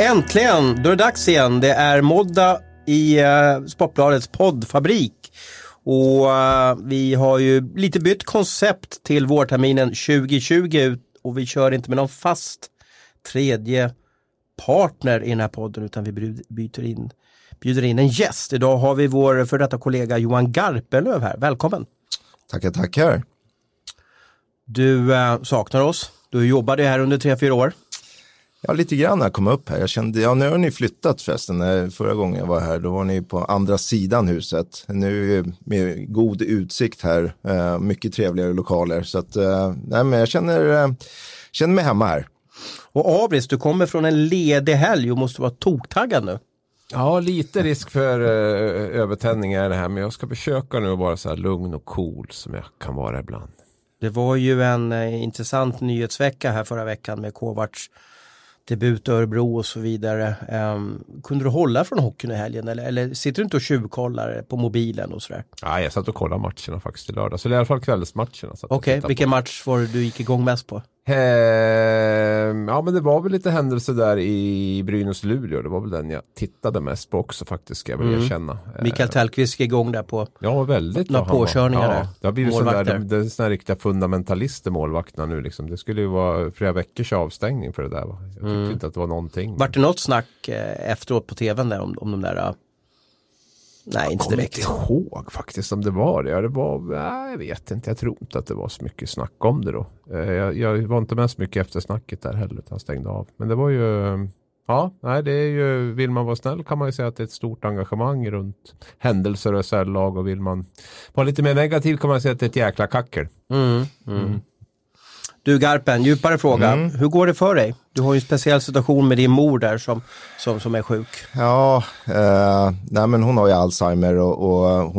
Äntligen, då är det dags igen. Det är måndag i Sportbladets poddfabrik. Och vi har ju lite bytt koncept till vårterminen 2020. Och vi kör inte med någon fast tredje partner i den här podden, utan vi bjuder in en gäst. Idag har vi vår för detta kollega Johan Garpenlöv här. Välkommen. Tackar. Du saknar oss. Du jobbade här under 3-4 år. Ja, lite grann när jag kom upp här. Jag kände, nu har ni flyttat förresten. Förra gången jag var här, då var ni på andra sidan huset. Nu med god utsikt här. Mycket trevligare lokaler. Så att, men jag känner mig hemma här. Och Abris, du kommer från en ledig helg och måste vara toktaggad nu. Ja, lite risk för övertändning är det här. Men jag ska försöka nu vara så här lugn och cool som jag kan vara ibland. Det var ju en intressant nyhetsvecka här förra veckan med Kovacs debut i Örebro och så vidare. Kunde du hålla från hockeyn i helgen eller sitter du inte och tjuvkollar på mobilen och sådär? Ja, jag satt och kollade matcherna faktiskt i lördag. Så det är i alla fall kvällsmatcherna. Okej, vilken match var det du gick igång mest på? Ja, men det var väl lite händelse där i Brynäs-Luleå. Det var väl den jag tittade mest på också faktiskt, ska jag väl erkänna. Mikael Tellqvist igång där på väldigt några påkörningar där. Det har blivit sådana där riktiga fundamentalister målvakterna nu liksom. Det skulle ju vara flera veckors avstängning för det där, va? Jag tyckte inte att det var någonting. Vart det något snack efteråt på tvn där om de där... Nej, inte direkt. Jag kommer inte ihåg faktiskt om det var det. Jag vet inte. Jag tror inte att det var så mycket snack om det då. Jag var inte med så mycket efter snacket där heller, utan jag stängde av. Men det var ju... Ja, nej, det är ju... Vill man vara snäll kan man ju säga att det är ett stort engagemang runt händelser och SL-lag. Och vill man vara lite mer negativ kan man säga att det är ett jäkla kackel. Du Garpen, djupare fråga. Hur går det för dig? Du har ju en speciell situation med din mor där som är sjuk. Ja, men hon har ju Alzheimer och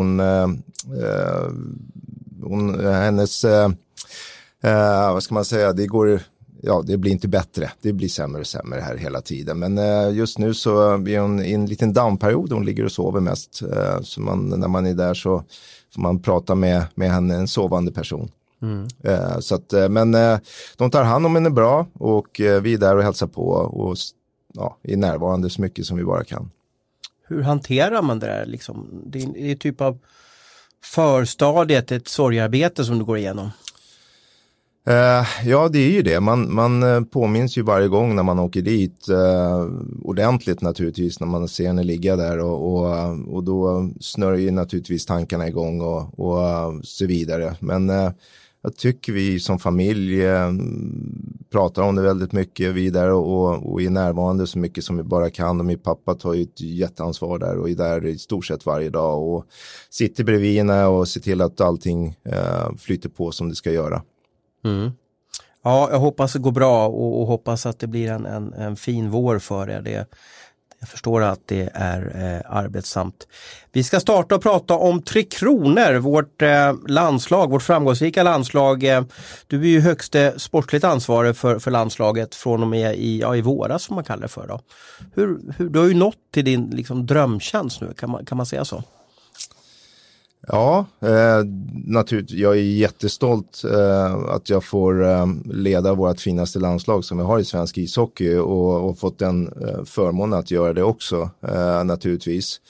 hennes, vad ska man säga, det blir inte bättre. Det blir sämre och sämre här hela tiden. Men just nu så är hon i en liten downperiod. Hon ligger och sover mest. Så när man är där så får man prata med henne, en sovande person. Så att, men de tar hand om henne bra och vi är där och hälsar på och är närvarande så mycket som vi bara kan. Hur hanterar man det där liksom? Det är typ av förstadiet, ett sorgarbete som du går igenom. Ja, det är ju det. Man påminns ju varje gång när man åker dit ordentligt naturligtvis när man ser henne ligga där och då snurrar ju naturligtvis tankarna igång och så vidare. Men jag tycker vi som familj pratar om det väldigt mycket vidare och är närvarande så mycket som vi bara kan. Och min pappa tar ju ett jätteansvar där och är där i stort sett varje dag och sitter bredvid henne och ser till att allting flyter på som det ska göra. Ja, jag hoppas det går bra och hoppas att det blir en fin vår för er. Jag förstår att det är arbetsamt. Vi ska starta och prata om Tre Kronor, vårt landslag, vårt framgångsrika landslag. Du är ju högste sportligt ansvarig för landslaget från och med i våras som man kallar det för. Då. Hur, du har ju nått till din liksom, drömchans nu, kan man säga så? Ja, naturligtvis. Jag är jättestolt att jag får leda vårt finaste landslag som vi har i svensk ishockey och fått den förmånen att göra det också naturligtvis.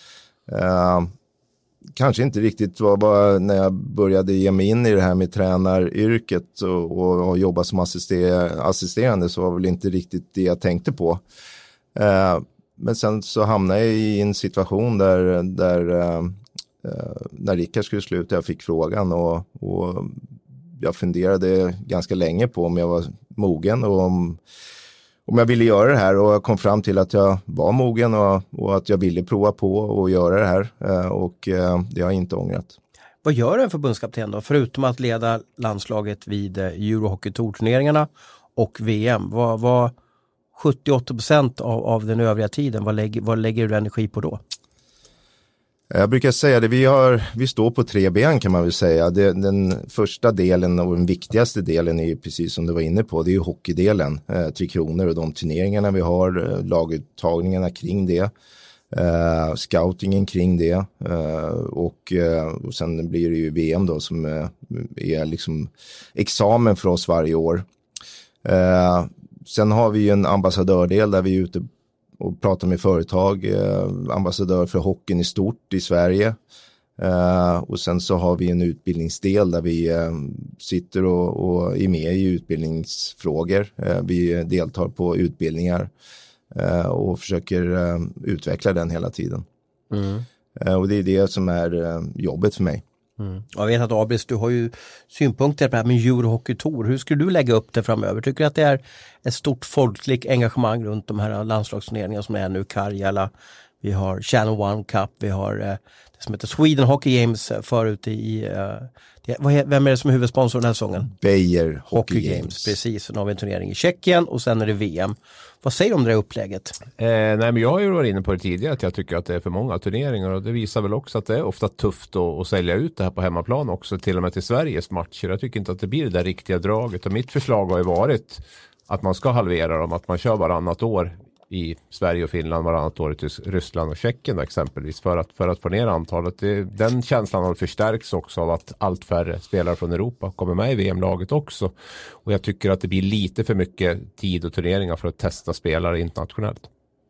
Kanske inte riktigt var bara när jag började ge mig in i det här med tränaryrket och jobba som assisterande så var väl inte riktigt det jag tänkte på. Men sen så hamnade jag i en situation där när Rickard skulle sluta, jag fick frågan och jag funderade ganska länge på om jag var mogen och om jag ville göra det här och jag kom fram till att jag var mogen och att jag ville prova på och göra det här och det har jag inte ångrat. Vad gör en förbundskapten då? Förutom att leda landslaget vid Eurohockey-tour-turneringarna och VM. Vad 70-80% av den övriga tiden, vad lägger du energi på då? Jag brukar säga det, vi står på 3 ben kan man väl säga. Den första delen och den viktigaste delen är ju precis som du var inne på, det är ju hockeydelen, 3 Kronor och de turneringarna vi har, laguttagningarna kring det, scoutingen kring det och sen blir det ju VM då som är liksom examen för oss varje år. Sen har vi ju en ambassadördel där vi är ute och pratar med företag, ambassadör för hockeyn i stort i Sverige. Och sen så har vi en utbildningsdel där vi sitter och är med i utbildningsfrågor. Vi deltar på utbildningar och försöker utveckla den hela tiden. Och det är det som är jobbet för mig. Jag vet att Abris, du har ju synpunkter på det här med Eurohockey Tour. Hur skulle du lägga upp det framöver? Tycker du att det är ett stort folkligt engagemang runt de här landslagsturneringarna som är nu? Karjala, vi har Channel One Cup, vi har det som heter Sweden Hockey Games förut vem är det som är huvudsponsor den här säsongen? Beijer Hockey Games. Precis, så har vi en turnering i Tjeckien och sen är det VM. Vad säger du om det här upplägget? Nej, men jag har ju varit inne på det tidigare att jag tycker att det är för många turneringar och det visar väl också att det är ofta tufft att sälja ut det här på hemmaplan också, till och med till Sveriges matcher. Jag tycker inte att det blir det där riktiga draget och mitt förslag har ju varit att man ska halvera dem, att man kör varannat år i Sverige och Finland, varannat år i Ryssland och Tjeckien exempelvis för att få ner antalet. Den känslan har förstärks också av att allt färre spelare från Europa kommer med i VM-laget också. Och jag tycker att det blir lite för mycket tid och turneringar för att testa spelare internationellt.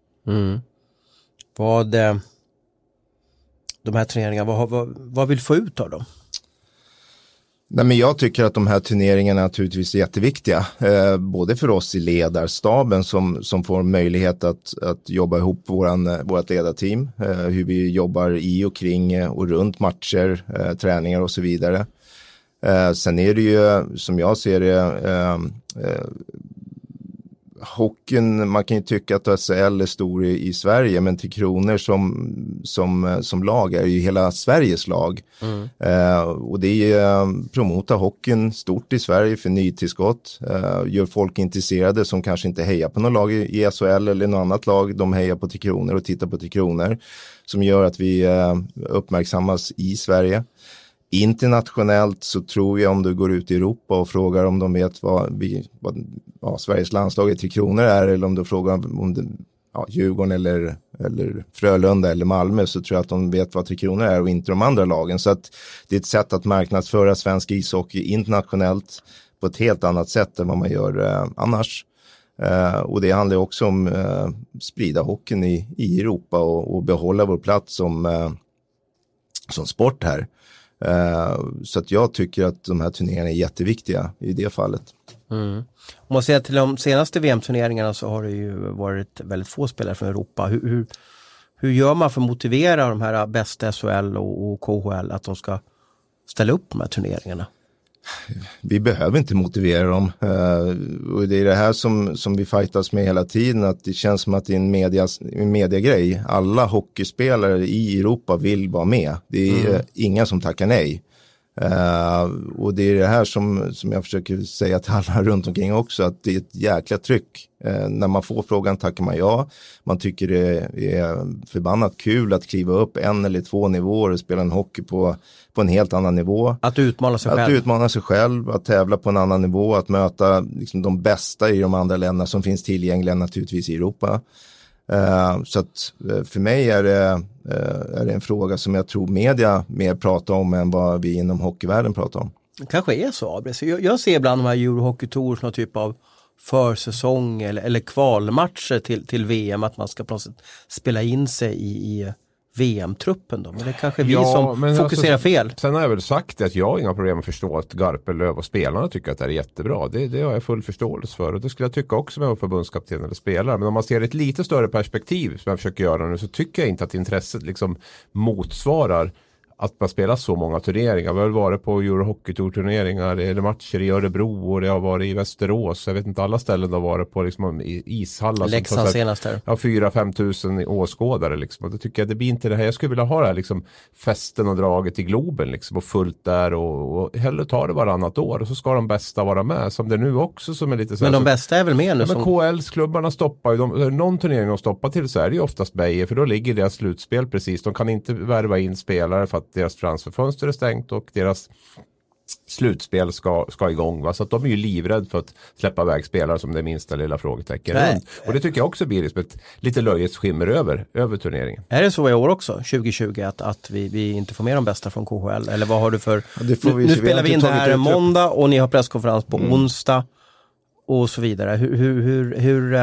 De här turneringarna, vad vill få ut av dem? Nej, men jag tycker att de här turneringarna naturligtvis är jätteviktiga. Både för oss i ledarstaben som får möjlighet att jobba ihop vårt ledarteam. Hur vi jobbar i och kring och runt matcher, träningar och så vidare. Sen är det ju, som jag ser det, hockeyn, man kan ju tycka att SHL är stor i Sverige, men Tre Kronor som lag är ju hela Sveriges lag. Och det är promota hockeyn stort i Sverige för nytillskott. Gör folk intresserade som kanske inte hejar på någon lag i SHL eller något annat lag. De hejar på Tre Kronor och tittar på Tre Kronor, som gör att vi uppmärksammas i Sverige. Internationellt så tror jag, om du går ut i Europa och frågar om de vet vad Sveriges landslag i Tre Kronor är, eller om du frågar om det, Djurgården eller Frölunda eller Malmö, så tror jag att de vet vad Tre Kronor är och inte de andra lagen. Så att det är ett sätt att marknadsföra svensk ishockey internationellt på ett helt annat sätt än vad man gör annars. Och det handlar också om sprida hockeyn i Europa och behålla vår plats som sport här. Så att jag tycker att de här turneringarna är jätteviktiga i det fallet. Om man ser till de senaste VM-turneringarna så har det ju varit väldigt få spelare från Europa. Hur gör man för att motivera de här bästa SHL och KHL att de ska ställa upp de här turneringarna? Vi behöver inte motivera dem. Och det är det här som vi fightas med hela tiden, att det känns som att det är en mediagrej. Alla hockeyspelare i Europa vill vara med. Det är inga som tackar nej. Och det är det här som jag försöker säga till alla runt omkring också, att det är ett jäkla tryck. När man får frågan tackar man ja. Man tycker det är förbannat kul att kliva upp 1 eller 2 nivåer och spela en hockey på en helt annan nivå. Att utmana sig själv. Att tävla på en annan nivå. Att möta liksom de bästa i de andra länderna som finns tillgängliga naturligtvis i Europa. Så att för mig är det en fråga som jag tror media mer pratar om än vad vi inom hockeyvärlden pratar om. Det kanske är så, Abris. Jag ser ibland de här Eurohockey Tour som någon typ av försäsong eller kvalmatcher till VM, att man ska på något sätt spela in sig i VM-truppen då. Men det är kanske vi som fokuserar fel. Sen har jag väl sagt att jag har inga problem att förstå att Garpenlöv och spelarna tycker att det är jättebra. Det har jag full förståelse för. Och det skulle jag tycka också med förbundskapten eller spelare. Men om man ser ett lite större perspektiv som jag försöker göra nu, så tycker jag inte att intresset liksom motsvarar att man spelar så många turneringar. Vi har varit på Eurohockey Tour-turneringar eller matcher i Örebro och det har varit i Västerås. Jag vet inte, alla ställen har varit på liksom ishallar. Leksand senast här. Ja, 4-5 tusen åskådare liksom. Och då tycker jag det blir inte det här. Jag skulle vilja ha det här liksom festen och draget i Globen liksom, och fullt där och hellre ta det varannat år och så ska de bästa vara med, som det nu också som är lite så. Men de bästa är väl med nu? Ja, men KHL-klubbarna stoppar ju, någon turnering de stoppar till så är det ju oftast Beijer, för då ligger deras slutspel precis. De kan inte värva in spelare för att deras transferfönster är stängt och deras slutspel ska igång. Va? Så att de är ju livrädda för att släppa iväg spelare som det minsta lilla frågetecken. Och det tycker jag också blir ett lite löjets skimmer över turneringen. Är det så i år också, 2020, att vi inte får med de bästa från KHL? Eller vad har du för... Ja, nu spelar vi in det här måndag och ni har presskonferens på onsdag och så vidare. Hur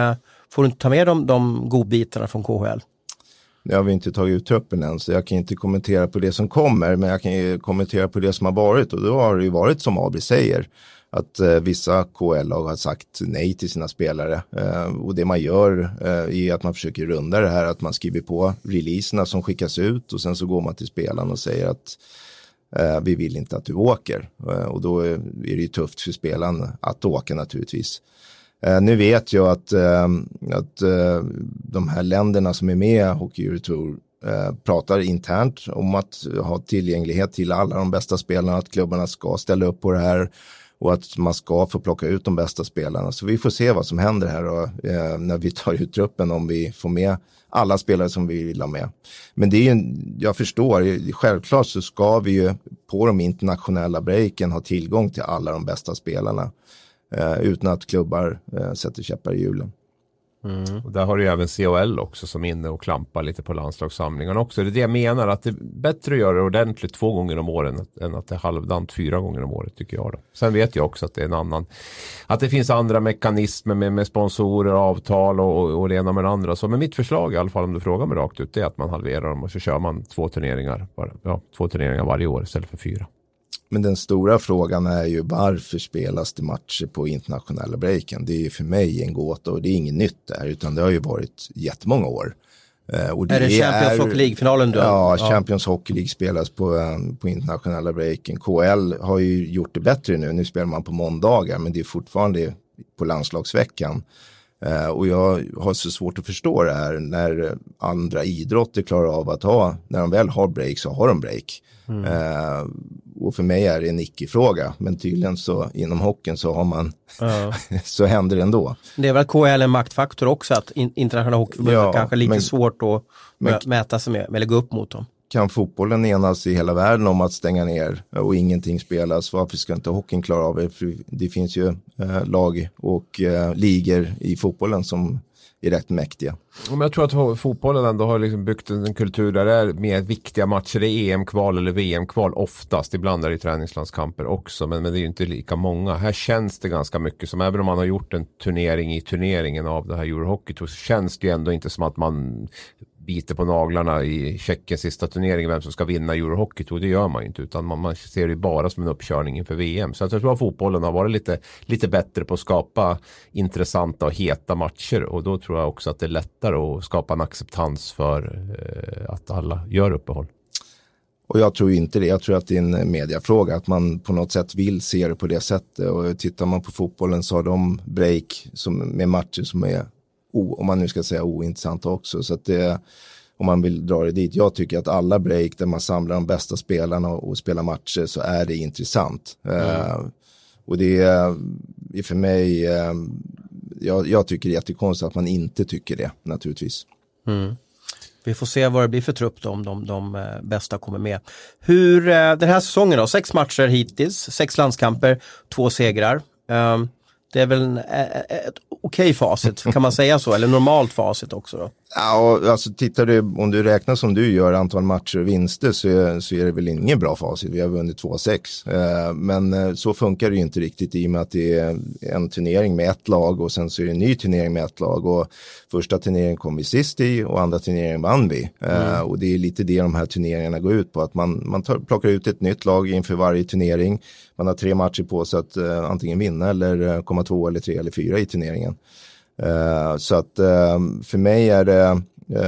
får du inte ta med de godbitarna från KHL? Jag har vi inte tagit ut truppen än, så jag kan inte kommentera på det som kommer, men jag kan ju kommentera på det som har varit, och då har det ju varit som Abri säger, att vissa KHL-lag har sagt nej till sina spelare, och det man gör är att man försöker runda det här, att man skriver på releaserna som skickas ut och sen så går man till spelaren och säger att vi vill inte att du åker, och då är det ju tufft för spelaren att åka naturligtvis. Nu vet jag att de här länderna som är med i Hockey Eurotour pratar internt om att ha tillgänglighet till alla de bästa spelarna, att klubbarna ska ställa upp på det här och att man ska få plocka ut de bästa spelarna. Så vi får se vad som händer här och, när vi tar ut truppen, om vi får med alla spelare som vi vill ha med. Men det är ju, jag förstår, självklart så ska vi ju på de internationella breaken ha tillgång till alla de bästa spelarna. Utan att klubbar sätter käppar i hjulen. Och där har du ju även CHL också som är inne och klampar lite på landslagssamlingarna också. Det är det jag menar, att det är bättre att göra det ordentligt 2 gånger om året än att det är halvdant 4 gånger om året, tycker jag då. Sen vet jag också att det är en annan, att det finns andra mekanismer med sponsorer, avtal och det ena med det andra. Så med mitt förslag i alla fall, om du frågar mig rakt ut, det är att man halverar dem och så kör man 2 turneringar varje år istället för 4. Men den stora frågan är ju, varför spelas det matcher på internationella breaken? Det är ju för mig en gåta, och det är inget nytt där, utan det har ju varit jättemånga år. Och det är det Champions Hockey League-finalen då? Ja, Champions Hockey League spelas på internationella breaken. KHL har ju gjort det bättre nu. Nu spelar man på måndagar, men det är fortfarande på landslagsveckan. Och jag har så svårt att förstå det här, när andra idrotter klarar av att när de väl har break så har de break. Och för mig är det en icke-fråga, men tydligen så inom hockeyn så har man så händer det ändå. Det är väl KHL en maktfaktor också, att internationella hockeyförbundet kanske är lite svårt att mäta sig med eller gå upp mot dem. Kan fotbollen enas i hela världen om att stänga ner och ingenting spelas? Varför ska inte hockeyn klara av det? För det finns ju lag och ligor i fotbollen som är rätt mäktiga. Men jag tror att fotbollen ändå har liksom byggt en kultur där det är mer viktiga matcher. Det är EM-kval eller VM-kval oftast. Ibland är det träningslandskamper också, men det är ju inte lika många. Här känns det ganska mycket som, även om man har gjort en turnering i turneringen av det här Eurohockey Tour, så känns det ju ändå inte som att man biter på naglarna i Tjeckiens sista turnering vem som ska vinna Eurohockey Tour. Det gör man ju inte, utan man ser det bara som en uppkörning inför VM. Så jag tror att fotbollen har varit lite bättre på att skapa intressanta och heta matcher, och då tror jag också att det är lättare att skapa en acceptans för att alla gör uppehåll. Och jag tror inte det. Jag tror att det är en mediafråga, att man på något sätt vill se det på det sättet. Och tittar man på fotbollen så har de break med matcher som är om man nu ska säga ointressant också. Så att det, om man vill dra det dit. Jag tycker att alla break där man samlar de bästa spelarna och spelar matcher, så är det intressant. Och det är för mig, jag tycker det är jättekonstigt att man inte tycker det, naturligtvis. Vi får se vad det blir för trupp då, om de bästa kommer med. Hur den här säsongen då? 6 matcher hittills, 6 landskamper, 2 segrar. Det är väl ett okej facit, kan man säga så? Eller normalt facit också då? Ja, alltså om du räknar som du gör antal matcher och vinster, så är det väl ingen bra facit. Vi har vunnit 2-6. Men så funkar det ju inte riktigt, i och med att det är en turnering med ett lag och sen så är det en ny turnering med ett lag. Och första turneringen kom vi sist i och andra turneringen vann vi. Och det är lite det de här turneringarna går ut på, att man plockar ut ett nytt lag inför varje turnering. Man har 3 matcher på sig att antingen vinna eller komma 2 eller 3 eller 4 i turneringen. Så att för mig är det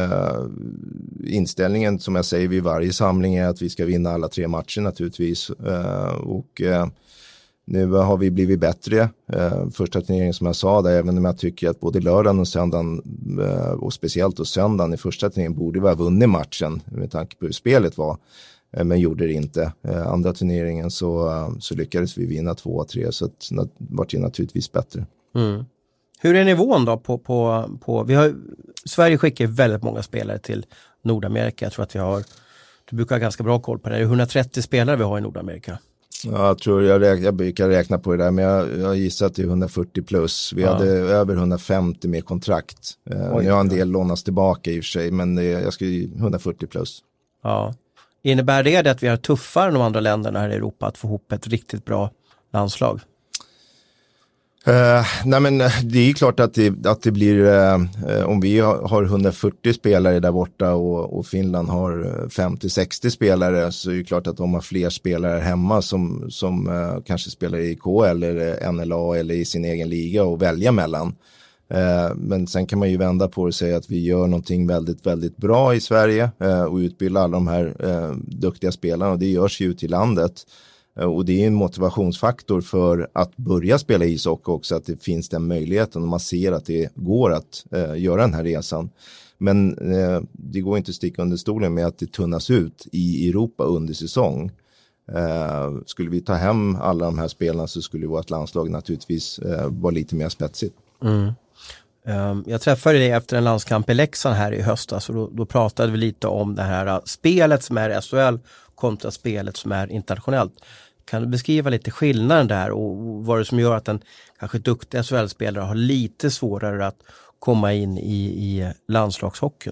inställningen, som jag säger vid varje samling, är att vi ska vinna alla 3 matcher naturligtvis. Och nu har vi blivit bättre. Första turneringen, som jag sa där, även om jag tycker att både lördagen och söndagen, och speciellt och söndagen i första turneringen, borde vi ha vunnit matchen med tanke på hur spelet var. Men gjorde det inte. Andra turneringen så lyckades vi vinna 2-3, så att det var det naturligtvis bättre. Hur är nivån då på Sverige skickar väldigt många spelare till Nordamerika. Jag tror att du brukar ha ganska bra koll på det. Det är 130 spelare vi har i Nordamerika. Ja, jag tror jag brukar räkna på det där, men jag gissar att det är 140 plus. Vi hade över 150 med kontrakt. Nu har en del lånas tillbaka i och för sig, men jag ska 140 plus. Ja. Innebär det att vi har tuffare än de andra länderna här i Europa att få ihop ett riktigt bra landslag? Nej men det är klart att det blir, om vi har 140 spelare där borta och Finland har 50-60 spelare, så är det klart att de har fler spelare hemma som kanske spelar i KL eller NLA eller i sin egen liga och välja mellan. Men sen kan man ju vända på det och säga att vi gör någonting väldigt, väldigt bra i Sverige och utbilda alla de här duktiga spelarna, och det görs ju till landet. Och det är en motivationsfaktor för att börja spela ishockey också, att det finns den möjligheten och man ser att det går att göra den här resan. Men det går inte att sticka under stolen med att det tunnas ut i Europa under säsong. Skulle vi ta hem alla de här spelarna så skulle vårt landslag naturligtvis vara lite mer spetsigt. Mm. Jag träffade dig efter en landskamp i Leksand här i höstas, och då pratade vi lite om det här spelet som är SHL kontra spelet som är internationellt. Kan du beskriva lite skillnaden där och vad det som gör att en kanske duktig SHL-spelare har lite svårare att komma in i landslagshockeyn?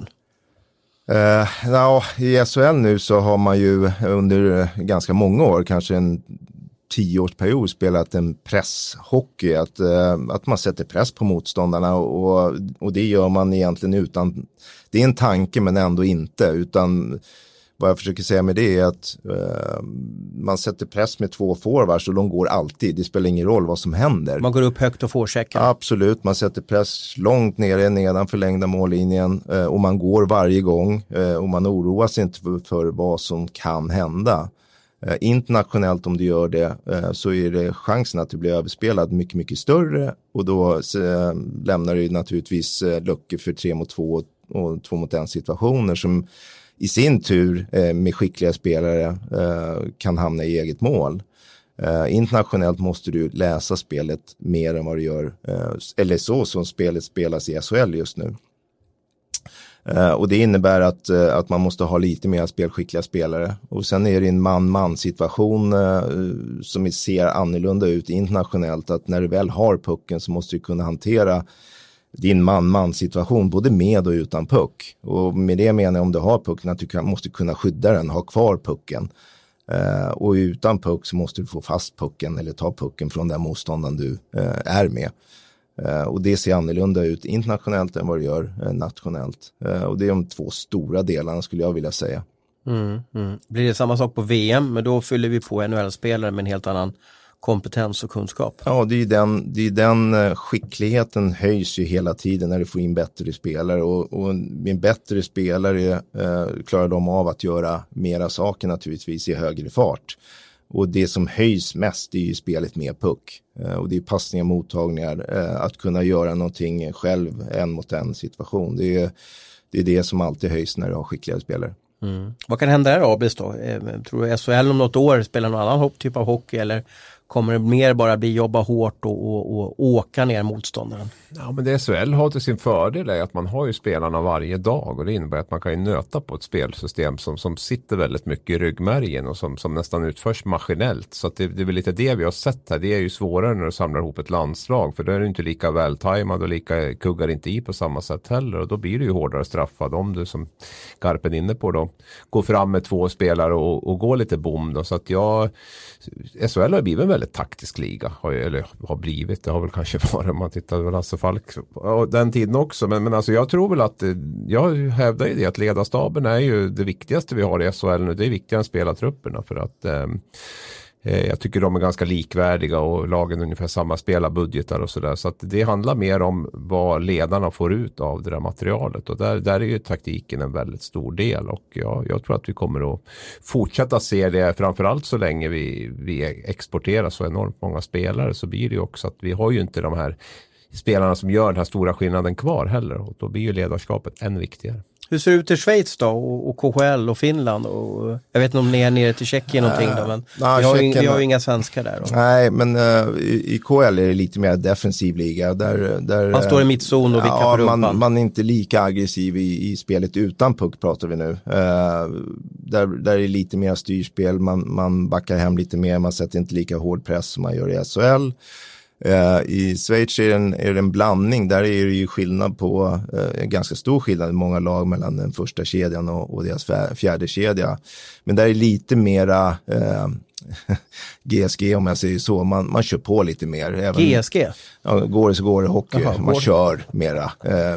I SHL nu så har man ju under ganska många år, kanske en 10-årsperiod, spelat en presshockey, att man sätter press på motståndarna och det gör man egentligen utan, det är en tanke men ändå inte, utan vad jag försöker säga med det är att man sätter press med 2 forwards och de går alltid, det spelar ingen roll vad som händer. Man går upp högt och forecheckar. Absolut, man sätter press långt nere nedan förlängda mållinjen och man går varje gång och man oroar sig inte för vad som kan hända. Internationellt, om du gör det så är det chansen att du blir överspelad mycket, mycket större, och då lämnar du naturligtvis luckor för 3-2 och 2-1 situationer som i sin tur med skickliga spelare kan hamna i eget mål. Internationellt måste du läsa spelet mer än vad du gör, eller så som spelet spelas i SHL just nu. Och det innebär att man måste ha lite mer spelskickliga spelare. Och sen är det en man-man situation som ser annorlunda ut internationellt, att när du väl har pucken så måste du kunna hantera din man-man situation både med och utan puck. Och med det menar jag, om du har pucken, att du måste kunna skydda den, ha kvar pucken. Och utan puck så måste du få fast pucken eller ta pucken från den motståndaren du är med. Och det ser annorlunda ut internationellt än vad det gör nationellt. Och det är de 2 stora delarna skulle jag vilja säga. Blir det samma sak på VM, men då fyller vi på NHL-spelare med en helt annan kompetens och kunskap? Ja, det är den skickligheten höjs ju hela tiden när du får in bättre spelare, och med bättre spelare klarar de av att göra mera saker naturligtvis i högre fart. Och det som höjs mest är ju spelet med puck. Och det är passningar, mottagningar, att kunna göra någonting själv en mot en situation. Det är det som alltid höjs när du har skickliga spelare. Vad kan hända där, Abis då? Tror du SHL om något år spelar någon annan typ av hockey, eller kommer det mer bara bli jobba hårt och åka ner motståndaren? Ja, men det SHL har till sin fördel är att man har ju spelarna varje dag, och det innebär att man kan ju nöta på ett spelsystem som sitter väldigt mycket i ryggmärgen och som nästan utförs maskinellt. Så att det är väl lite det vi har sett här. Det är ju svårare när du samlar ihop ett landslag, för då är du inte lika vältajmad och lika kuggar inte i på samma sätt heller, och då blir du ju hårdare straffad om du, som Garpen inne på då, går fram med 2 spelare och går lite bom då. Så att SHL har blivit en väldigt taktisk liga, har blivit, det har väl kanske varit, om man tittar på Lasse Falk och den tiden också, men alltså jag tror väl att, jag hävdar ju det, att ledarstaben är ju det viktigaste vi har i SHL nu. Det är viktigare än spelartrupperna, för att jag tycker de är ganska likvärdiga och lagen ungefär samma spelarbudgetar och sådär, så att det handlar mer om vad ledarna får ut av det där materialet, och där är ju taktiken en väldigt stor del, och jag tror att vi kommer att fortsätta se det, framförallt så länge vi exporterar så enormt många spelare, så blir det ju också att vi har ju inte de här spelarna som gör den här stora skillnaden kvar heller, och då blir ju ledarskapet än viktigare. Hur ser det ut i Schweiz då, och KHL och Finland, och jag vet inte om ni är nere till Tjeckien någonting då, men vi har ju inga svenskar där. Och. Nej, men i KHL är det llite mer defensiv liga. Där, man står i mittzon och vickar på rumpan. Man är inte lika aggressiv i spelet utan puck, pratar vi nu. Där är det lite mer styrspel, man backar hem lite mer, man sätter inte lika hård press som man gör i SHL. I Schweiz är det en blandning. Där är det ju skillnad på, ganska stor skillnad i många lag mellan den första kedjan och deras fjärde kedja. Men där är lite mera GSG, om jag säger så. Man kör på lite mer. Även, GSG? Ja, går det så går det hockey. Man kör mera.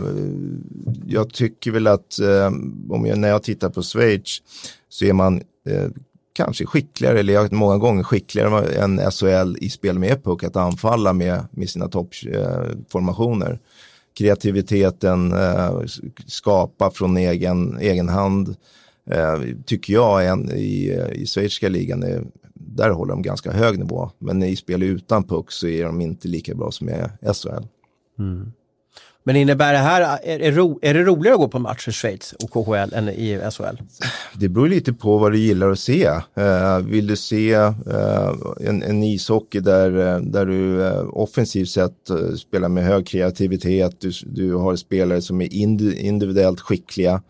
Jag tycker väl att när jag tittar på Schweiz så är man kanske skickligare, eller många gånger skickligare än SHL i spel med puck att anfalla med sina toppformationer. Kreativiteten, skapa från egen hand, tycker jag i schweiziska ligan där håller de ganska hög nivå. Men i spel utan puck så är de inte lika bra som i SHL. Mm. Men innebär det här, är det roligare att gå på match i Schweiz och KHL än i SHL? Det beror lite på vad du gillar att se. Vill du se en ishockey där du offensivt sett spelar med hög kreativitet, du har spelare som är individuellt skickliga,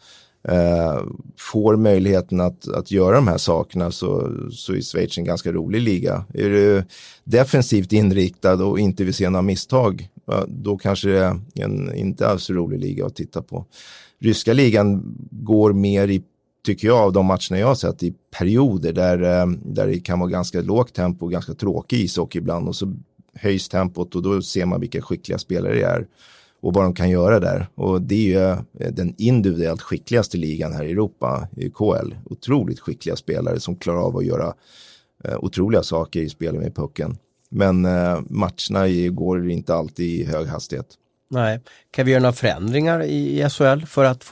får möjligheten att göra de här sakerna, så är Schweiz en ganska rolig liga. Är du defensivt inriktad och inte vill se några misstag, då kanske det är en inte alls rolig liga att titta på. Ryska ligan går mer i, tycker jag, av de matcherna jag har sett, i perioder där det kan vara ganska lågt tempo och ganska tråkig ishockey ibland, och så höjs tempot och då ser man vilka skickliga spelare det är och vad de kan göra där. Och det är ju den individuellt skickligaste ligan här i Europa, i KL. Otroligt skickliga spelare som klarar av att göra otroliga saker i spelet med pucken. Men matcherna går inte alltid i hög hastighet. Nej. Kan vi göra några förändringar i SHL för att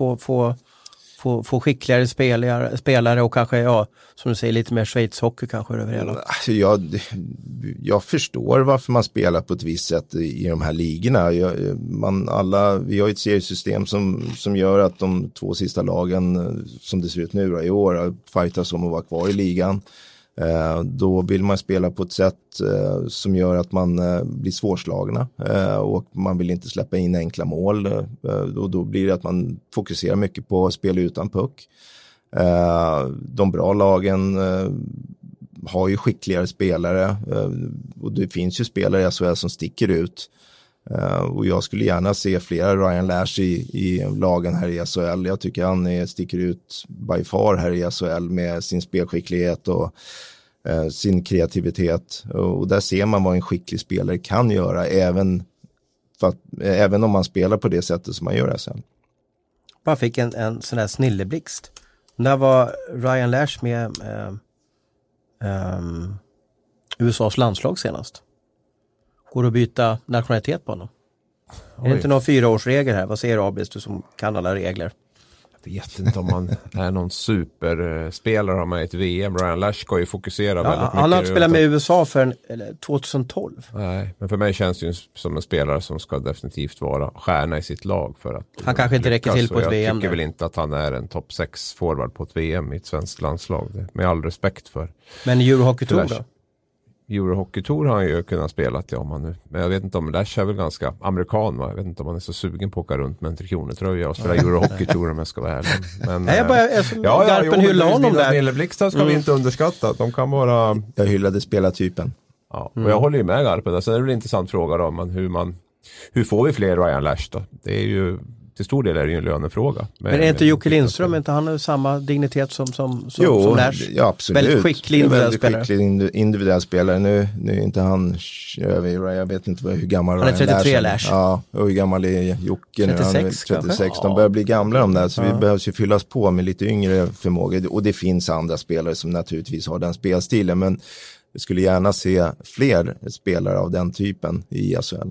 få skickligare spelare och kanske, som du säger, lite mer Schweiz-hockey kanske över hela? Jag förstår varför man spelar på ett visst sätt i de här ligorna. Vi har ett seriesystem som gör att de 2 sista lagen, som det ser ut nu i år, fightas om att vara kvar i ligan. Då vill man spela på ett sätt som gör att man blir svårslagna, och man vill inte släppa in enkla mål, och då blir det att man fokuserar mycket på spel utan puck. De bra lagen har ju skickligare spelare, och det finns ju spelare i SHL som sticker ut. Och jag skulle gärna se flera Ryan Lash i lagen här i SHL. Jag tycker han sticker ut by far här i SHL med sin spelskicklighet och sin kreativitet. Och där ser man vad en skicklig spelare kan göra, även om man spelar på det sättet som man gör sen. Man fick en sån där snilleblixt. När var Ryan Lash med USAs landslag senast? Går det att byta nationalitet på honom? Oj. Är det inte någon 4-årsregel här? Vad säger Abis, du som kan alla regler? Jag vet inte om man är någon superspelare med ett VM. Ryan Lash ska ju fokusera väldigt mycket. Han har inte spelat med USA för 2012. Nej, men för mig känns det ju som en spelare som ska definitivt vara stjärna i sitt lag. För att han kanske inte räcker till på ett VM. Jag tycker väl inte att han är en topp 6 forward på ett VM i ett svenskt landslag. Med all respekt för. Men Eurohockey Tour då? Eurohockey Tour har han ju kunnat spela till, om han nu. Men jag vet inte om Lash är väl ganska amerikan, va? Jag vet inte om han är så sugen på att åka runt med en Trikronetröja och spela Eurohockey Tour, om jag ska vara ärlig. Men Garpen hyllar honom där. Nilleblixtar ska vi inte underskatta. De kan vara... Jag hyllade spelartypen. Ja, och jag håller ju med Garpen. Sen är det väl en intressant fråga då, hur får vi fler Ryan Lash då? Det är ju... Till stor del är det ju en lönefråga. Men är inte Jocke Lindström, inte han har samma dignitet som Lash? Ja, absolut. Väldigt skicklig individuell spelare. Nu är inte han, jag vet inte hur gammal han är. 33 Lash. Ja, och hur gammal är Jocke nu? 36 Han är 36. De börjar bli gamla de där, så vi behövs ju fyllas på med lite yngre förmågor. Och det finns andra spelare som naturligtvis har den spelstilen, men vi skulle gärna se fler spelare av den typen i SHL.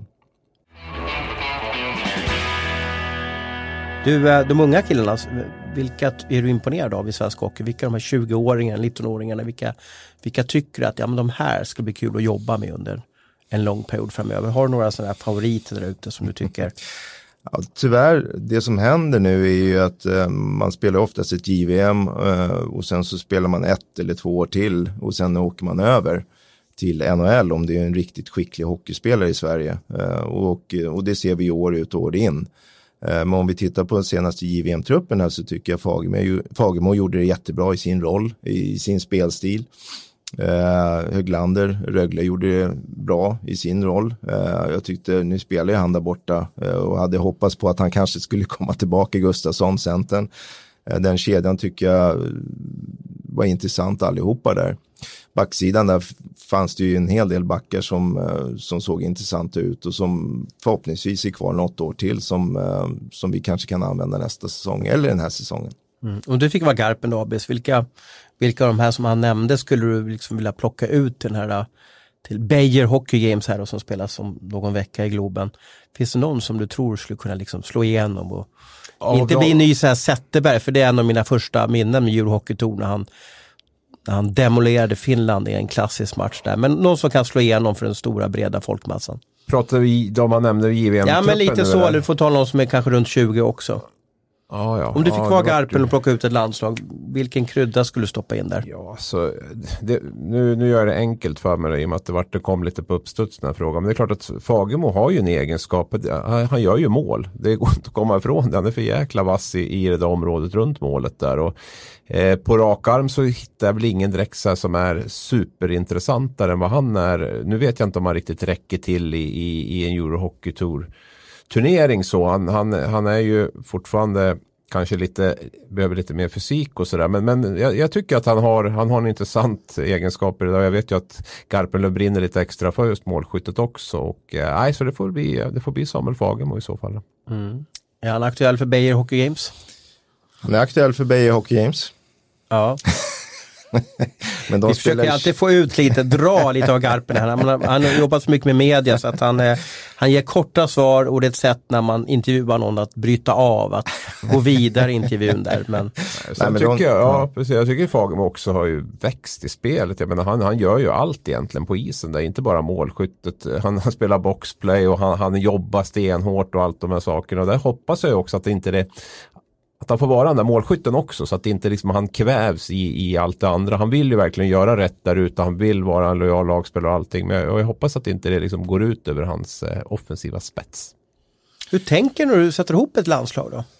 Du, de unga killarna, vilka är du imponerad av i svensk hockey? Vilka de här 20-åringarna, 19-åringarna, vilka tycker att men de här ska bli kul att jobba med under en lång period framöver? Har du några sådana här favoriter där ute som du tycker? Ja, tyvärr, det som händer nu är ju att man spelar oftast ett JVM och sen så spelar man 1 eller 2 år till och sen åker man över till NHL om det är en riktigt skicklig hockeyspelare i Sverige. Och det ser vi år ut och år in. Men om vi tittar på den senaste JVM-truppen här, så tycker jag Fagemo gjorde det jättebra i sin roll, i sin spelstil. Höglander, Rögle gjorde det bra i sin roll. Jag tyckte, nu spelar han där borta och hade hoppats på att han kanske skulle komma tillbaka, Gustafsson, centern. Den kedjan tycker jag var intressant allihopa där. Backsidan där fanns det ju en hel del backar som såg intressanta ut och som förhoppningsvis är kvar något år till som vi kanske kan använda nästa säsong eller den här säsongen. Och du fick vara Garpen då, Abis. Vilka av de här som han nämnde skulle du liksom vilja plocka ut till Beijer Hockey Games här och som spelas om någon vecka i Globen? Finns det någon som du tror skulle kunna liksom slå igenom och inte bli ny så här Zetterberg, för det är en av mina första minnen med Eurohockey Tour när han demolerade Finland i en klassisk match där. Men någon som kan slå igenom för den stora breda folkmassan. Pratar vi, de man nämner JVM-truppen? Ja, men lite så, eller du får ta någon som är kanske runt 20 också. Ja. Om du fick vara Garpen och plocka ut ett landslag, vilken krydda skulle du stoppa in där? Ja, så nu gör det enkelt för mig i och med att det kom lite på uppstuds den här frågan. Men det är klart att Fagemo har ju en egenskap. Han gör ju mål. Det går inte att komma ifrån det. Han är för jäkla vass i det där området runt målet där. Och på rak arm så hittar jag väl ingen direkt så här som är superintressantare än vad han är. Nu vet jag inte om han riktigt räcker till i en Eurohockey Tour turnering så. Han är ju fortfarande kanske behöver lite mer fysik och sådär. Men jag tycker att han har en intressant egenskap i det där. Jag vet ju att Garpenlöv brinner lite extra för just målskyttet också. Och så det får bli Samuel Fagemo i så fall. Är han aktuell för Beijer Hockey Games? Han är aktuell för Beijer Hockey Games. Ja. Men vi försöker alltid få ut dra lite av Garpen här. Han har jobbat så mycket med media så att han ger korta svar och det är ett sätt när man intervjuar någon att bryta av, att gå vidare i intervjun där. Men jag tycker Fagemo också har ju växt i spelet. Jag menar, han gör ju allt egentligen på isen där, inte bara målskyttet. Han spelar boxplay och han jobbar stenhårt och allt de här sakerna. Och där hoppas jag också att det inte är att han får vara den där målskytten också, så att det inte liksom han kvävs i allt det andra. Han vill ju verkligen göra rätt där ute. Han vill vara en lojal lagspelare och allting. Men jag hoppas att inte det liksom går ut över hans offensiva spets. Hur tänker du när du sätter ihop ett landslag då?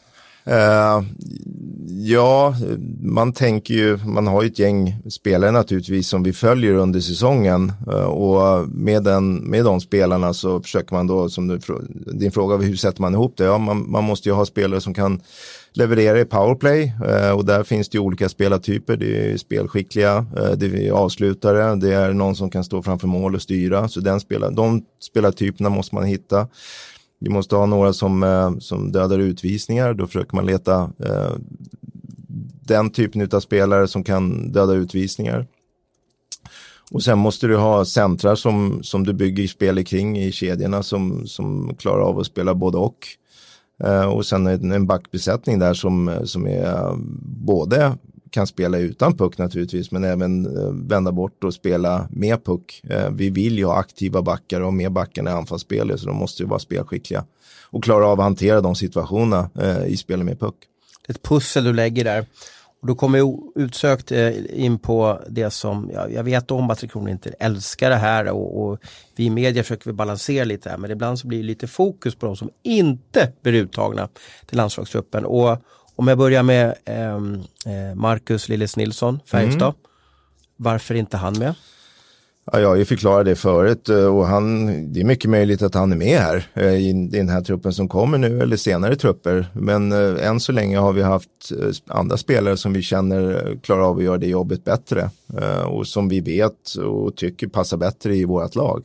Man tänker ju, man har ju ett gäng spelare naturligtvis som vi följer under säsongen och med de spelarna så försöker man då, som din fråga, hur sätter man ihop det? Ja, man måste ju ha spelare som kan leverera i powerplay och där finns det ju olika spelartyper. Det är spelskickliga, det är avslutare, det är någon som kan stå framför mål och styra, så de spelartyperna måste man hitta. Vi måste ha några som dödar utvisningar. Då försöker man leta den typen av spelare som kan döda utvisningar. Och sen måste du ha centrar som du bygger spel kring i kedjorna som klarar av att spela både och. Och sen en backbesättning där som är både kan spela utan puck naturligtvis, men även vända bort och spela med puck. Vi vill ju ha aktiva backar och med backarna i anfallsspelet, så de måste ju vara spelskickliga och klara av att hantera de situationerna i spelet med puck. Det är ett pussel du lägger där. Och då kommer jag utsökt in på det som, jag vet om att Tre Kronor inte älskar det här och vi i media försöker balansera lite här, men ibland så blir det lite fokus på de som inte blir uttagna till landslagstruppen. Och om jag börjar med Marcus Lilles Nilsson, Färjestad. Varför inte han med? Ja, jag har ju förklarat det förut och det är mycket möjligt att han är med här i den här truppen som kommer nu eller senare trupper. Men än så länge har vi haft andra spelare som vi känner klarar av att göra det jobbet bättre och som vi vet och tycker passar bättre i vårt lag.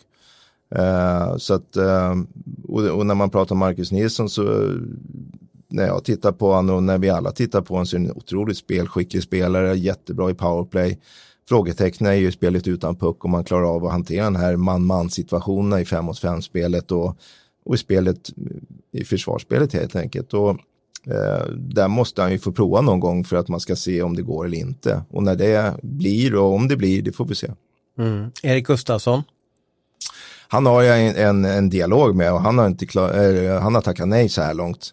Så att, och när man pratar om Marcus Nilsson så när jag tittar på honom och när vi alla tittar på honom så är han en otroligt spelskicklig spelare, jättebra i powerplay. Frågetecknen är ju spelet utan puck och man klarar av att hantera den här man-man-situationerna i 5-mot-5-spelet och i spelet, i försvarsspelet helt enkelt. Och där måste han ju få prova någon gång för att man ska se om det går eller inte. Och när det blir och om det blir, det får vi se. Erik Gustafsson? Han har jag en dialog med och han har tackat nej så här långt.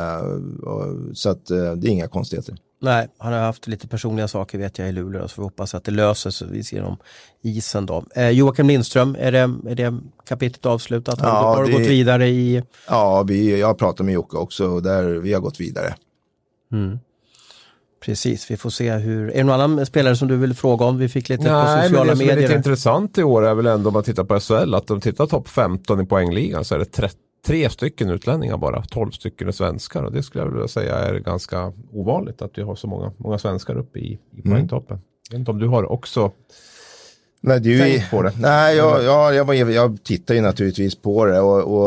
Så att det är inga konstigheter. Nej, han har haft lite personliga saker vet jag i Luleå, så vi hoppas att det löser sig. Vi ser om isen då. Joakim Lindström, är det kapitlet avslutat? Har du gått vidare i... Ja, jag har pratat med Jocke också och vi har gått vidare. Precis, vi får se hur... Är det någon annan spelare som du vill fråga om? Vi fick lite på sociala medier. Nej, men det som är lite intressant i år är väl ändå om man tittar på SHL att de tittar topp 15 i poängligan så är det 3 stycken utlänningar bara. 12 stycken är svenskar och det skulle jag vilja säga är ganska ovanligt att vi har så många svenskar uppe i poängtoppen. Jag vet inte om du har också... Nej, tänkt på det. Nej, jag tittar ju naturligtvis på det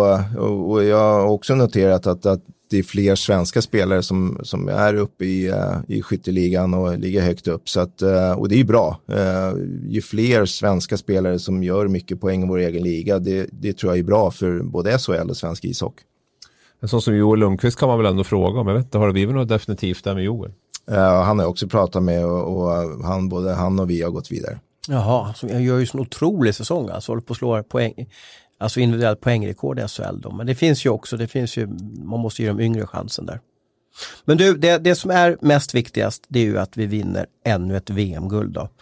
och jag har också noterat att det är fler svenska spelare som är uppe i skytteligan och ligger högt upp. Så att, och det är ju bra. Ju fler svenska spelare som gör mycket poäng i vår egen liga, det tror jag är bra för både SHL och svensk ishockey. En sån som Joel Lundqvist kan man väl ändå fråga om. Jag vet inte, har det blivit något definitivt där med Joel? Han har också pratat med och både han och vi har gått vidare. Jaha, så jag gör ju en otrolig säsong. Alltså håller på att slå poäng, alltså individuellt poängrekord i SHL då. Men det finns ju man måste ge dem yngre chansen där. Men du, det som är mest viktigast, det är ju att vi vinner ännu ett VM-guld då.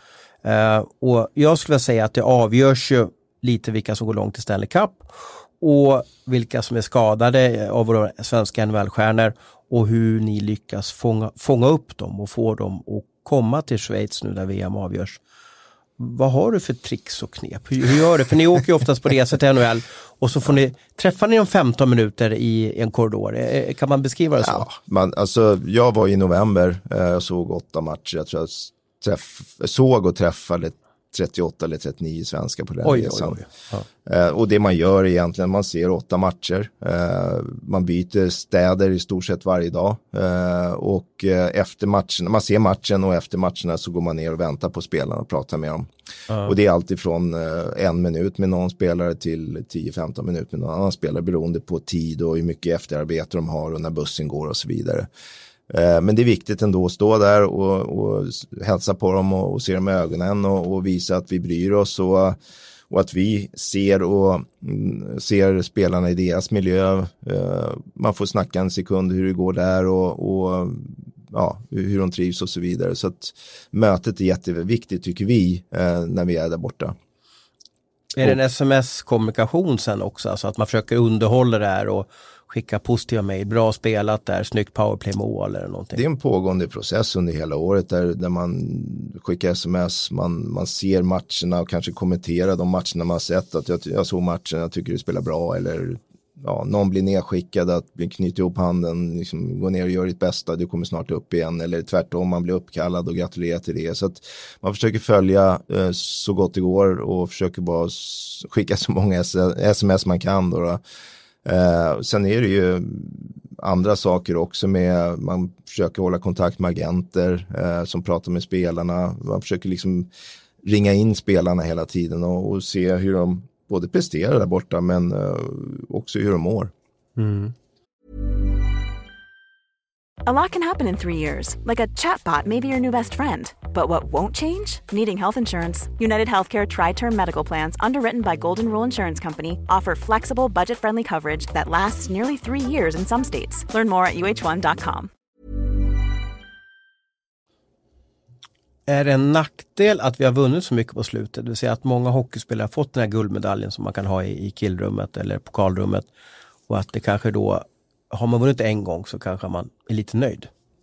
Och jag skulle säga att det avgörs ju lite vilka som går långt i Stanley Cup och vilka som är skadade av våra svenska NHL-stjärnor och hur ni lyckas fånga upp dem och få dem att komma till Schweiz nu där VM avgörs. Vad har du för tricks och knep? Hur gör du? För ni åker ju oftast på resa till NHL och så träffar ni om 15 minuter i en korridor. Kan man beskriva det så? Ja, jag var i november, jag såg 8 matcher. Jag tror jag såg och träffade 38 eller 39 svenskar på den resan. Ja. Och det man gör egentligen, man ser 8 matcher. Man byter städer i stort sett varje dag. Och efter matchen, man ser matchen och efter matcherna så går man ner och väntar på spelarna och pratar med dem. Och det är alltid från 1 minut med någon spelare till 10-15 minuter med någon annan spelare beroende på tid och hur mycket efterarbete de har och när bussen går och så vidare. Men det är viktigt ändå att stå där och hälsa på dem och se dem i ögonen och visa att vi bryr oss och att vi ser spelarna i deras miljö. Man får snacka en sekund hur det går där och hur de trivs och så vidare. Så att mötet är jätteviktigt tycker vi när vi är där borta. Är det en sms-kommunikation sen också? Alltså att man försöker underhålla det här och skicka positiva mejl, bra spelat där, snyggt powerplay-mål eller någonting. Det är en pågående process under hela året där man skickar sms, man ser matcherna och kanske kommenterar de matcherna man har sett. Att jag såg matchen, jag tycker du spelar bra eller någon blir nedskickad att knyta ihop handen, liksom, gå ner och gör ditt bästa, du kommer snart upp igen eller tvärtom, man blir uppkallad och gratulerar till det. Så att man försöker följa så gott det går och försöker bara skicka så många sms man kan då. Sen är det ju andra saker också med, man försöker hålla kontakt med agenter som pratar med spelarna, man försöker liksom ringa in spelarna hela tiden och se hur de både presterar där borta men också hur de mår. Mm. A lot can happen in 3 years, like a chatbot may be your new best friend. But what won't change? Needing health insurance. United Healthcare Tri-Term Medical Plans, underwritten by Golden Rule Insurance Company, offer flexible, budget-friendly coverage that lasts nearly 3 years in some states. Learn more at uh1.com. Är det en nackdel att vi har vunnit så mycket på slutet? Det vill säga att många hockeyspelare har fått den här guldmedaljen som man kan ha i killrummet eller pokalrummet. Och att det kanske då, har man vunnit en gång så kanske man är lite nöjd.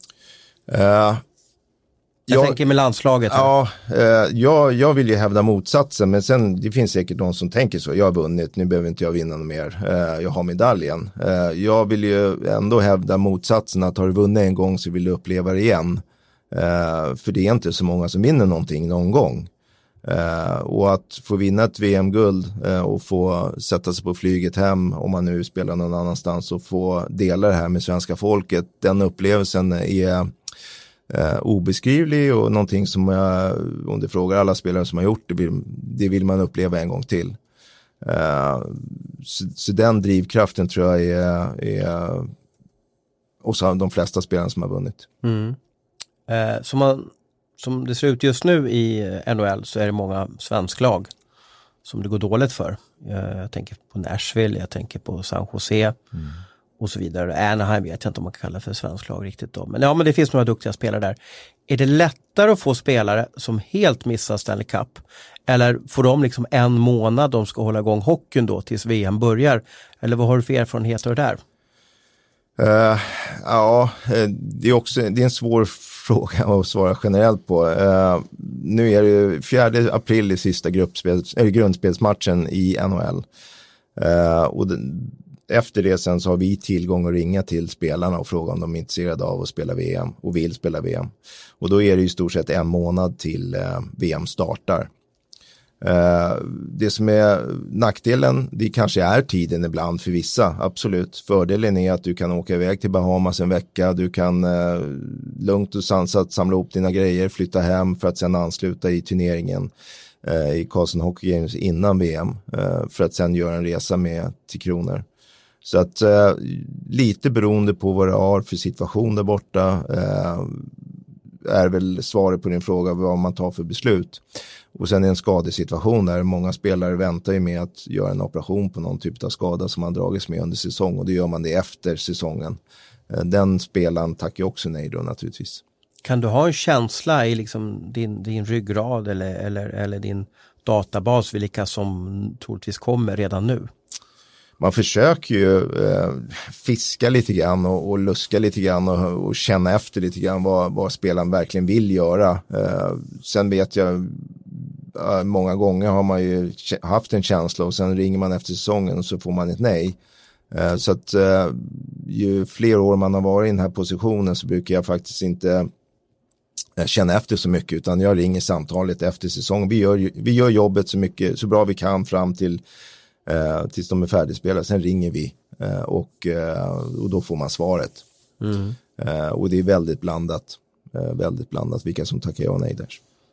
Jag tänker med landslaget. Jag vill ju hävda motsatsen, men sen det finns säkert någon som tänker så. Jag har vunnit, nu behöver inte jag vinna något mer. Jag har medaljen. Jag vill ju ändå hävda motsatsen, att har du vunnit en gång så vill du uppleva det igen. För det är inte så många som vinner någonting någon gång. Och att få vinna ett VM-guld och få sätta sig på flyget hem om man nu spelar någon annanstans och få dela det här med svenska folket, den upplevelsen är obeskrivlig och någonting som om du frågar alla spelare som har gjort det vill man uppleva en gång till. Så den drivkraften tror jag är hos de flesta spelarna som har vunnit. Mm. Som det ser ut just nu i NHL så är det många svensklag som det går dåligt för. Jag tänker på Nashville, jag tänker på San Jose och så vidare. Anaheim vet jag inte om man kan kalla för svensklag riktigt då. Men det finns några duktiga spelare där. Är det lättare att få spelare som helt missar Stanley Cup? Eller får de liksom en månad de ska hålla igång hockeyn då tills VM börjar? Eller vad har du för erfarenheter där? Det är en svår fråga att svara generellt på. Nu är det 4 april i sista grundspelsmatchen i NHL. Och efter det sen så har vi tillgång att ringa till spelarna och fråga om de är intresserade av att spela VM och vill spela VM. Och då är det i stort sett 1 månad till VM startar. Det som är nackdelen, det kanske är tiden ibland för vissa, absolut. Fördelen är att du kan åka iväg till Bahamas en vecka, du kan lugnt och sansat samla ihop dina grejer, flytta hem för att sedan ansluta i turneringen i Karlsson Hockey Games innan VM för att sedan göra en resa med till Kronor. Så att lite beroende på vad du har för situation där borta är väl svaret på din fråga vad man tar för beslut. Och sen är en skadesituation där många spelare väntar ju med att göra en operation på någon typ av skada som man dragits med under säsong, och då gör man det efter säsongen. Den spelaren tackar ju också nej då naturligtvis. Kan du ha en känsla i liksom din ryggrad eller din databas vilka som troligtvis kommer redan nu? Man försöker ju fiska lite grann och luska lite grann och känna efter lite grann vad spelaren verkligen vill göra. Sen vet jag, många gånger har man ju haft en känsla och sen ringer man efter säsongen och så får man ett nej. Så att ju fler år man har varit i den här positionen så brukar jag faktiskt inte känna efter så mycket, utan jag ringer samtalet efter säsongen. Vi gör jobbet så bra vi kan fram tills de är färdigspelade. Sen ringer vi och då får man svaret. Och det är väldigt blandat vilka som tackar ja och nej där.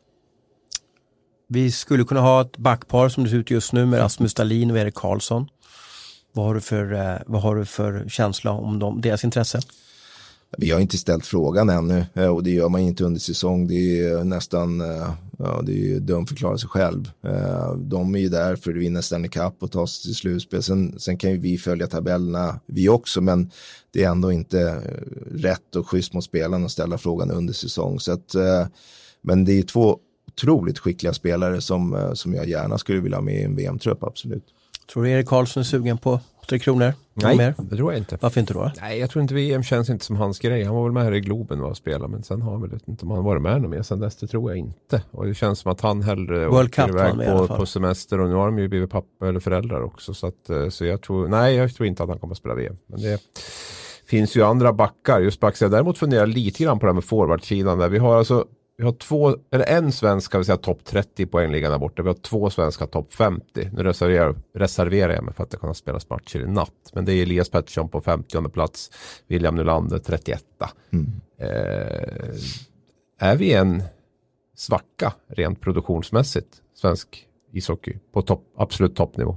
Vi skulle kunna ha ett backpar som det ser ut just nu med Rasmus Dahlin och Erik Karlsson. Vad har du för känsla om deras intresse? Vi har inte ställt frågan ännu och det gör man inte under säsong. Det är nästan det är ju dumt förklara sig själv. De är ju där för att vinna Stanley Cup och ta sig till slutspel. Sen kan ju vi följa tabellerna vi också, men det är ändå inte rätt och schysst mot spelarna att ställa frågan under säsong. Så att, men det är 2 otroligt skickliga spelare som jag gärna skulle vilja ha med i en VM-trupp, absolut. Tror du Erik Karlsson är sugen på 3 kronor? Nej, mer? det tror jag inte. Varför inte då? Nej, jag tror inte VM känns inte som hans grej. Han var väl med här i Globen och spela, men sen har han väl inte om han varit med mer sen dess, det tror jag inte. Och det känns som att han hellre åker iväg på semester, och nu har de ju blivit pappa eller föräldrar också. Så jag tror inte att han kommer att spela VM. Men det finns ju andra backar, just backsidan. Däremot funderar jag lite grann på det här med forwardsidan där. Vi har en svensk, kan vi säga, topp 30 poängligan där borta. Vi har 2 svenska topp 50. Nu reserverar jag mig för att det kan spelas matcher i natt. Men det är Elias Pettersson på 50:e plats. William Nylander 31. Är vi en svacka rent produktionsmässigt, svensk ishockey, på absolut toppnivå?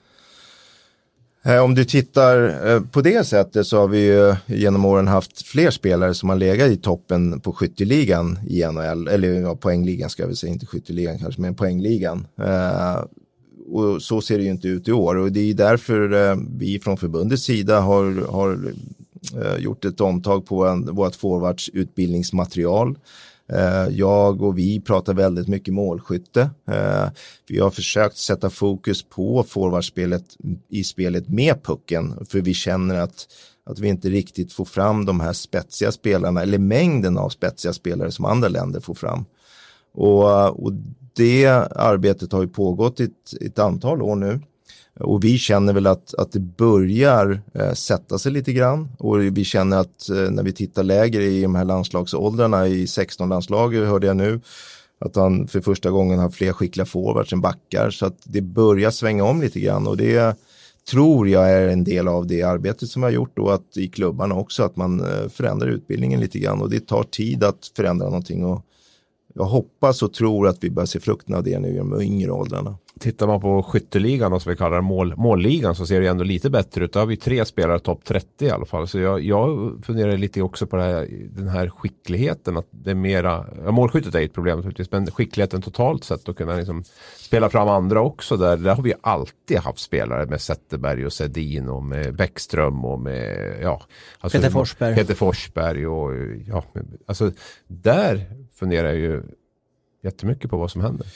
Om du tittar på det sättet så har vi ju genom åren haft fler spelare som har legat i toppen på skytteligan i NHL, eller poängligan ska vi säga, inte skytteligan kanske, men poängligan. Och så ser det ju inte ut i år, och det är därför vi från förbundets sida har gjort ett omtag på vårt forwardsutbildningsmaterial. Jag och vi pratar väldigt mycket målskytte. Vi har försökt sätta fokus på forwardspelet i spelet med pucken, för vi känner att vi inte riktigt får fram de här spetsiga spelarna, eller mängden av spetsiga spelare som andra länder får fram. Och det arbetet har ju pågått ett antal år nu. Och vi känner väl att det börjar sätta sig lite grann. Och vi känner att när vi tittar lägre i de här landslagsåldrarna, i 16-landslaget hörde jag nu, att han för första gången har fler skickliga forwards än backar. Så att det börjar svänga om lite grann, och det tror jag är en del av det arbetet som vi har gjort, och att i klubbarna också att man förändrar utbildningen lite grann. Och det tar tid att förändra någonting, och jag hoppas och tror att vi börjar se frukten av det nu i de yngre åldrarna. Tittar man på skytteligan, som vi kallar målligan, så ser det ändå lite bättre ut. Då har vi 3 spelare topp 30 i alla fall. Så jag funderar lite också på den här skickligheten. Att det är mera, målskyttet är ett problem naturligtvis, men skickligheten totalt sett att kunna liksom spela fram andra också. Där har vi alltid haft spelare med Zetterberg och Sedin och med Bäckström och med Peter Forsberg och alltså där funderar jag ju jättemycket på vad som händer.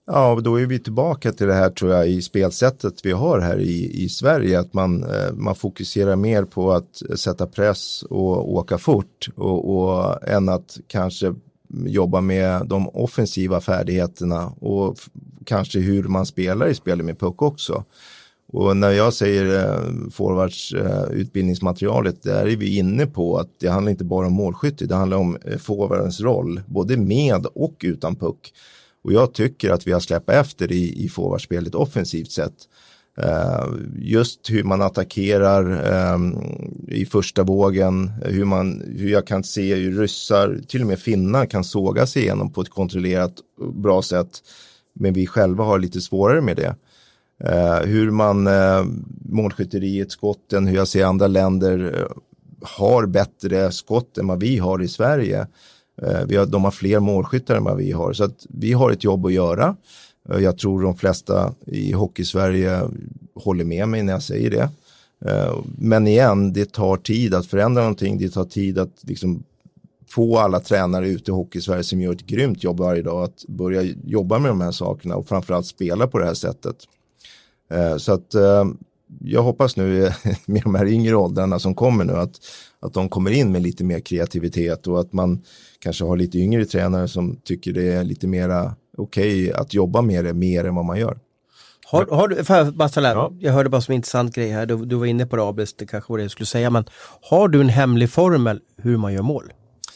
Ja, då är vi tillbaka till det här tror jag i spelsättet vi har här i Sverige. Att man fokuserar mer på att sätta press och åka fort och än att kanske jobba med de offensiva färdigheterna och kanske hur man spelar i spelet med puck också. Och när jag säger forwards utbildningsmaterialet, där är vi inne på att det handlar inte bara om målskytte, det handlar om forwardens roll, både med och utan puck. Och jag tycker att vi har släppt efter i forwardspelet offensivt sett. Just hur man attackerar i första vågen, hur jag kan se hur ryssar, till och med finnar kan såga sig igenom på ett kontrollerat bra sätt, men vi själva har lite svårare med det. Hur man målskytteriet, skotten, hur jag ser andra länder har bättre skott än vad vi har i Sverige. De har fler målskyttar än vad vi har, så att vi har ett jobb att göra. Jag tror de flesta i hockey-Sverige håller med mig när jag säger det. Men igen, det tar tid att förändra någonting. Det tar tid att liksom få alla tränare ute i hockey-Sverige som gör ett grymt jobb varje dag att börja jobba med de här sakerna och framförallt spela på det här sättet. Så att jag hoppas nu med de här yngre åldrarna som kommer nu att de kommer in med lite mer kreativitet och att man kanske har lite yngre tränare som tycker det är lite mera okej att jobba med det mer än vad man gör. Har du, jag hörde bara som en intressant grej här, du var inne på det, Abis, det kanske var det jag skulle säga, men har du en hemlig formel hur man gör mål?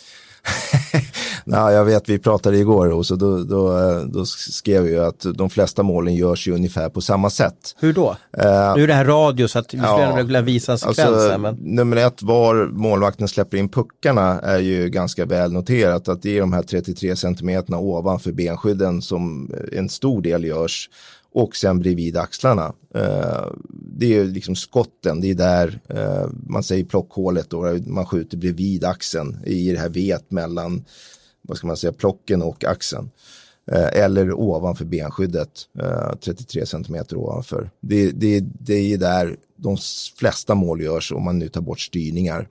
Nej, jag vet, vi pratade igår och så då skrev jag att de flesta målen görs ju ungefär på samma sätt. Hur då? Nu är det här radio så att vi skulle vilja visa en sekvens. Alltså, men... Nummer 1, var målvakten släpper in puckarna är ju ganska väl noterat, att det är de här 33 centimeterna ovanför benskydden som en stor del görs. Och sen bredvid axlarna. Det är ju liksom skotten, det är där man säger plockhålet då, man skjuter bredvid axeln i det här vet mellan, vad ska man säga, plocken och axeln. Eller ovanför benskyddet, 33 centimeter ovanför. Det är där de flesta mål görs om man nu tar bort styrningar.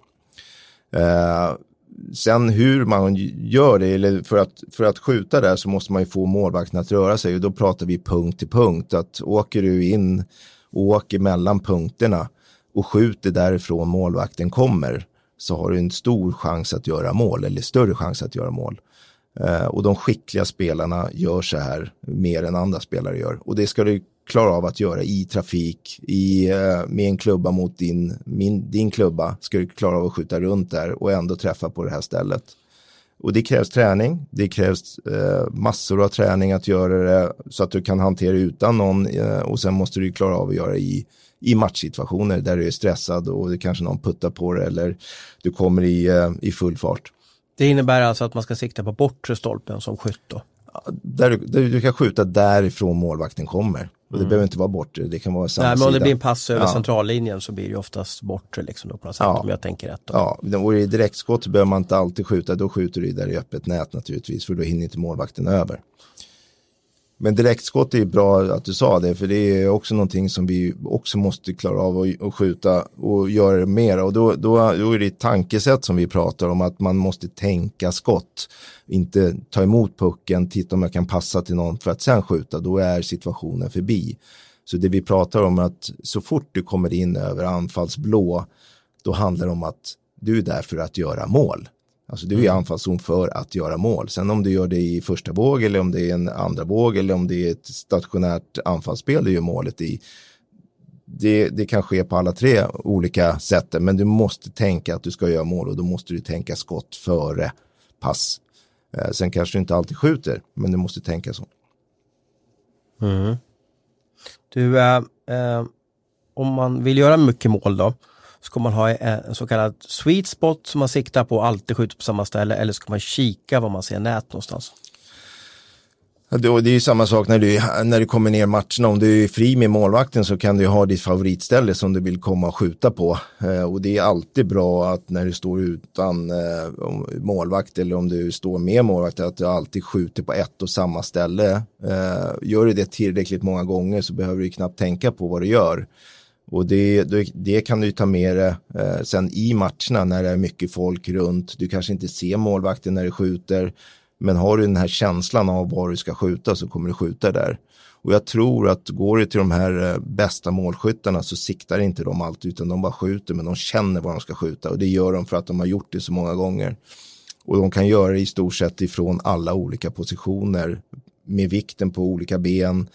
Sen hur man gör det, eller för att skjuta där så måste man ju få målvakten att röra sig, och då pratar vi punkt till punkt, att åker du in och åker mellan punkterna och skjuter därifrån målvakten kommer, så har du en stor chans att göra mål, eller större chans att göra mål. Och de skickliga spelarna gör så här mer än andra spelare gör, och det ska du klara av att göra i trafik, med en klubba mot din klubba, ska du klara av att skjuta runt där och ändå träffa på det här stället. Och det krävs träning, det krävs massor av träning att göra det så att du kan hantera utan någon, och sen måste du klara av att göra i matchsituationer där du är stressad och det kanske någon puttar på det eller du kommer i full fart. Det innebär alltså att man ska sikta på bortre stolpen som skytt då? Där du kan skjuta därifrån målvakten kommer. Och det behöver inte vara bortre, det kan vara samma sida. Men om det blir en pass över centrallinjen så blir det oftast bortre liksom då på något sätt, om jag tänker rätt. Då. Ja, och i direktskott behöver man inte alltid skjuta, då skjuter du där i öppet nät naturligtvis, för då hinner inte målvakten över. Men direktskott är bra att du sa det, för det är också någonting som vi också måste klara av att skjuta och göra det mer. Och då är det ett tankesätt som vi pratar om, att man måste tänka skott. Inte ta emot pucken, titta om jag kan passa till någon för att sen skjuta. Då är situationen förbi. Så det vi pratar om är att så fort du kommer in över anfallsblå, då handlar det om att du är där för att göra mål. Alltså du är i anfallszon för att göra mål. Sen om du gör det i första våg eller om det är en andra våg eller om det är ett stationärt anfallsspel du gör målet i. Det kan ske på alla tre olika sätt, men du måste tänka att du ska göra mål, och då måste du tänka skott före pass. Sen kanske du inte alltid skjuter, men du måste tänka så. Mm. Du, om man vill göra mycket mål då, ska man ha en så kallad sweet spot som man siktar på, alltid skjuter på samma ställe, eller ska man kika var man ser nät någonstans? Det är ju samma sak när du kommer ner matcherna. Om du är fri med målvakten så kan du ha ditt favoritställe som du vill komma och skjuta på. Och det är alltid bra att när du står utan målvakt eller om du står med målvakt, att du alltid skjuter på ett och samma ställe. Gör du det tillräckligt många gånger så behöver du knappt tänka på vad du gör. Och det kan du ta med dig sen i matcherna när det är mycket folk runt. Du kanske inte ser målvakten när du skjuter, Men har du den här känslan av var du ska skjuta så kommer du skjuta där. Och jag tror att går det till de här bästa målskyttarna så siktar inte de alltid utan de bara skjuter, men de känner var de ska skjuta. Och det gör de för att de har gjort det så många gånger. Och de kan göra det i stort sett ifrån alla olika positioner med vikten på olika ben,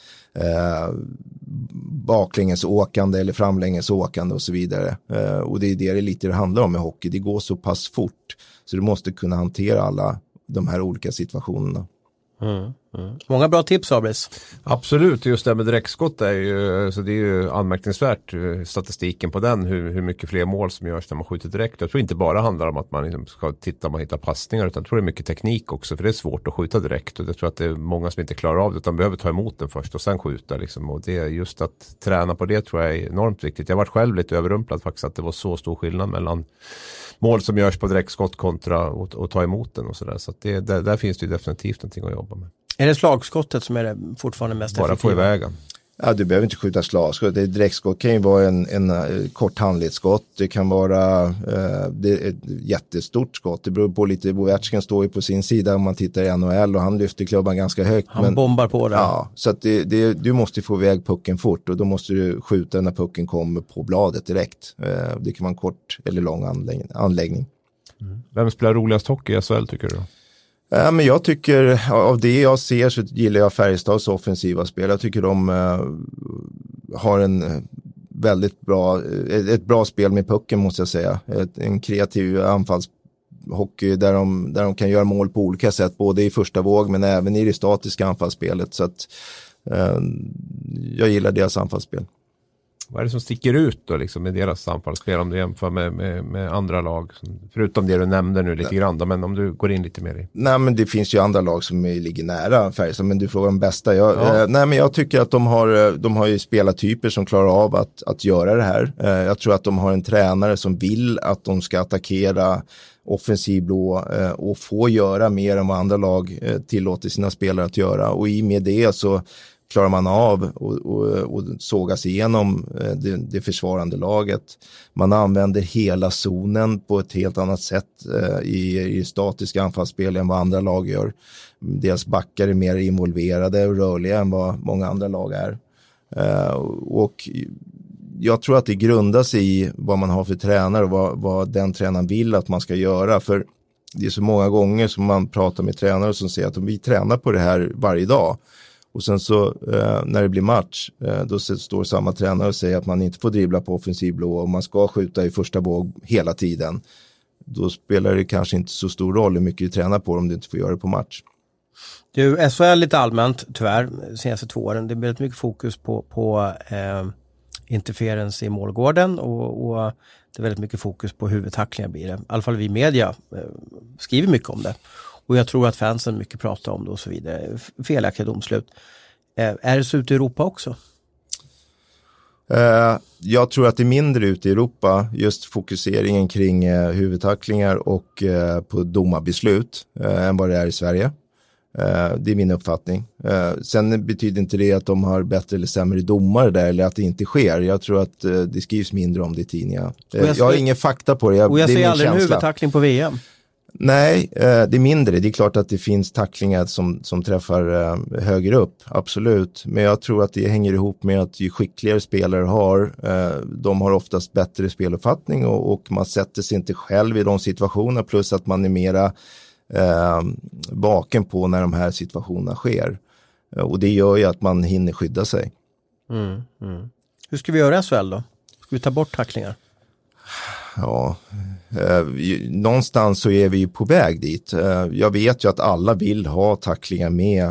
baklänges åkande eller framlänges åkande och så vidare. Och det är det lite det handlar om i hockey. Det går så pass fort så du måste kunna hantera alla de här olika situationerna. Många bra tips, Abris. Absolut, just det med direktskott är ju, så det är ju anmärkningsvärt statistiken på den, hur mycket fler mål som görs när man skjuter direkt. Jag tror inte bara handlar om att man liksom ska titta om man hittar passningar, utan jag tror det är mycket teknik också, för det är svårt att skjuta direkt och jag tror att det är många som inte klarar av det utan behöver ta emot den först och sen skjuta liksom. Och det är just att träna på det tror jag är enormt viktigt. Jag har varit själv lite överrumplad faktiskt att det var så stor skillnad mellan mål som görs på direktskott kontra att ta emot den och sådär. Så att där finns det ju definitivt någonting att jobba med. Är det slagskottet som är det fortfarande mest bara effektiva? Bara få iväg den. Ja, du behöver inte skjuta slagskott. Det direktskott kan ju vara en kort handledsskott. Det kan vara ett jättestort skott. Det beror på lite. Ovechkin står ju på sin sida om man tittar i NHL och han lyfter klubban ganska högt. Han bombar på det. Ja, så att du måste få iväg pucken fort och då måste du skjuta när pucken kommer på bladet direkt. Det kan vara en kort eller lång anläggning. Vem spelar roligast hockey i SHL tycker du då? Men jag tycker, av det jag ser så gillar jag Färjestads offensiva spel. Jag tycker de har ett bra spel med pucken måste jag säga. En kreativ anfallshockey där de kan göra mål på olika sätt, både i första våg men även i det statiska anfallsspelet. Så att jag gillar deras anfallsspel. Vad är det som sticker ut då liksom med deras anfallsspel om du jämför med andra lag? Förutom det du nämnde nu lite grann då, men om du går in lite mer i. Nej, men det finns ju andra lag som ligger nära Färjestad, men du frågar om bästa. Nej, men jag tycker att de har ju spelartyper som klarar av att göra det här. Jag tror att de har en tränare som vill att de ska attackera offensiv blå och få göra mer än vad andra lag tillåter sina spelare att göra. Och i med det så klarar man av och sågas igenom det försvarande laget. Man använder hela zonen på ett helt annat sätt i statiska anfallsspel än vad andra lag gör. Deras backar är mer involverade och rörliga än vad många andra lag är. Och jag tror att det grundas i vad man har för tränare och vad den tränaren vill att man ska göra. För det är så många gånger som man pratar med tränare som säger att vi tränar på det här varje dag. Och sen så när det blir match då står samma tränare och säger att man inte får dribbla på offensiv blå och man ska skjuta i första våg hela tiden. Då spelar det kanske inte så stor roll hur mycket du tränar på om du inte får göra det på match. Du, SHL lite allmänt tyvärr senaste 2 åren. Det blir mycket fokus på interferens i målgården och det är väldigt mycket fokus på huvudtacklingar blir det. I alla fall vi media skriver mycket om det. Och jag tror att fansen mycket pratar om det och så vidare. Felaktiga domslut. Är det så ute i Europa också? Jag tror att det är mindre ute i Europa. Just fokuseringen kring huvudtacklingar och på domarbeslut än vad det är i Sverige. Det är min uppfattning. Sen betyder inte det att de har bättre eller sämre domare där eller att det inte sker. Jag tror att det skrivs mindre om det i tidningar. Jag har ingen fakta på det. Och jag det ser aldrig en huvudtackling på VM. Nej, det är mindre. Det är klart att det finns tacklingar som träffar högre upp, absolut. Men jag tror att det hänger ihop med att ju skickligare spelare har, de har oftast bättre speluppfattning och man sätter sig inte själv i de situationerna, plus att man är mera vaken på när de här situationerna sker. Och det gör ju att man hinner skydda sig. Hur ska vi göra i SHL då? Ska vi ta bort tacklingar? Ja, någonstans så är vi på väg dit. Jag vet ju att alla vill ha tacklingar med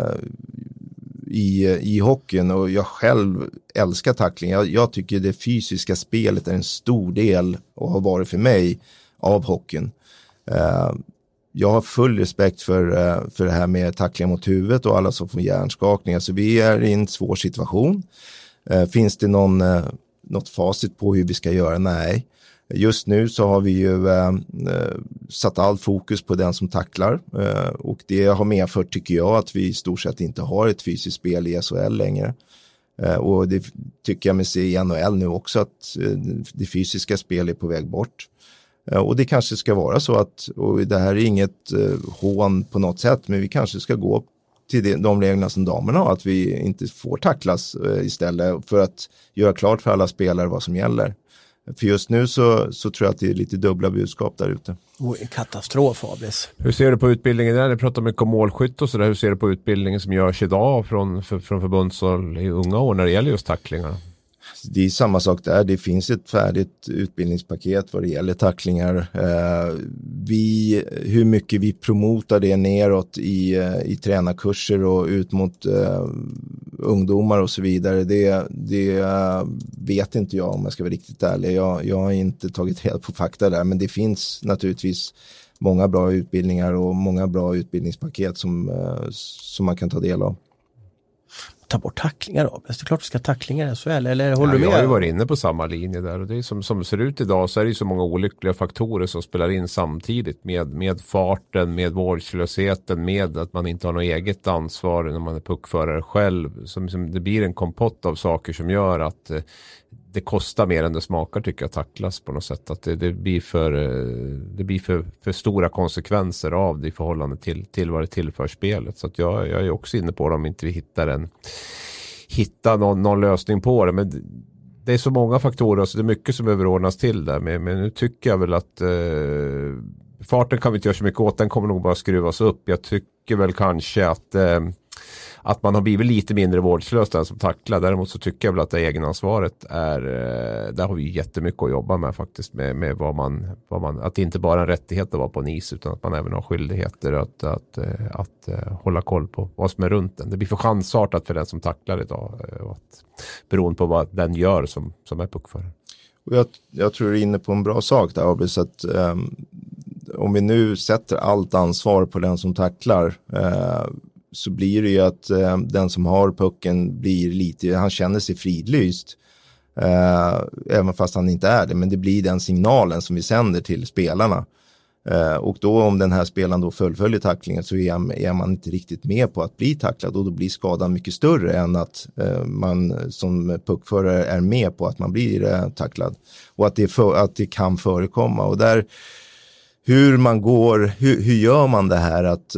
i hockeyn och jag själv älskar tacklingar. Jag tycker det fysiska spelet är en stor del och har varit för mig av hockeyn. Jag har full respekt för det här med tacklingar mot huvudet och alla som får hjärnskakningar. Så vi är i en svår situation. Finns det något facit på hur vi ska göra? Nej. Just nu så har vi ju satt all fokus på den som tacklar och det har medfört tycker jag att vi i stort sett inte har ett fysiskt spel i SHL längre. Och det tycker jag mig se i NHL nu också att det fysiska spelet är på väg bort. Och det kanske ska vara så att, och det här är inget hån på något sätt, men vi kanske ska gå till de reglerna som damerna har, att vi inte får tacklas istället, för att göra klart för alla spelare vad som gäller. För just nu så tror jag att det är lite dubbla budskap där ute. Katastrof, Abris. Hur ser du på utbildningen där? Ni pratar mycket om målskytt och sådär. Hur ser du på utbildningen som görs idag från förbundshåll i unga år när det gäller just tacklingar? Det är samma sak där. Det finns ett färdigt utbildningspaket vad det gäller tacklingar. Hur mycket vi promotar det neråt i tränarkurser och ut mot ungdomar och så vidare. Det vet inte jag, om jag ska vara riktigt ärlig. Jag har inte tagit reda på fakta där, men det finns naturligtvis många bra utbildningar och många bra utbildningspaket som man kan ta del av. Ta bort tacklingar då? Det är klart att vi ska tacklingar i SHL, eller håller du med? Jag har ju varit inne på samma linje där, och det är som det ser ut idag så är det ju så många olyckliga faktorer som spelar in samtidigt med farten, med vårdslösheten, med att man inte har något eget ansvar när man är puckförare själv. Som det blir en kompott av saker som gör att det kostar mer än det smakar, tycker jag, tacklas på något sätt. Att det blir för stora konsekvenser av det i förhållande till vad det tillför spelet. Så att jag är också inne på det, om inte vi hittar någon lösning på det. Men det är så många faktorer, så det är mycket som överordnas till där. Men nu tycker jag väl att farten kan vi inte göra så mycket åt, den kommer nog bara skruvas upp. Jag tycker väl kanske att man har blivit lite mindre vårdslös där som tacklar. Däremot så tycker jag väl att det egenansvaret där har vi jättemycket att jobba med faktiskt, med vad man att det inte bara är en rättighet att vara på en is, utan att man även har skyldigheter att hålla koll på vad som är runt den. Det blir för chansartat för den som tacklar idag, beroende på vad den gör som är puckförare. Och jag tror du är inne på en bra sak där, Abris, att om vi nu sätter allt ansvar på den som tacklar, så blir det ju att den som har pucken han känner sig fridlyst, även fast han inte är det, men det blir den signalen som vi sänder till spelarna. Och då, om den här spelaren då fullföljer tacklingen, så är man inte riktigt med på att bli tacklad, och då blir skadan mycket större än att man som puckförare är med på att man blir tacklad, och att det kan förekomma. Och där, hur gör man det här att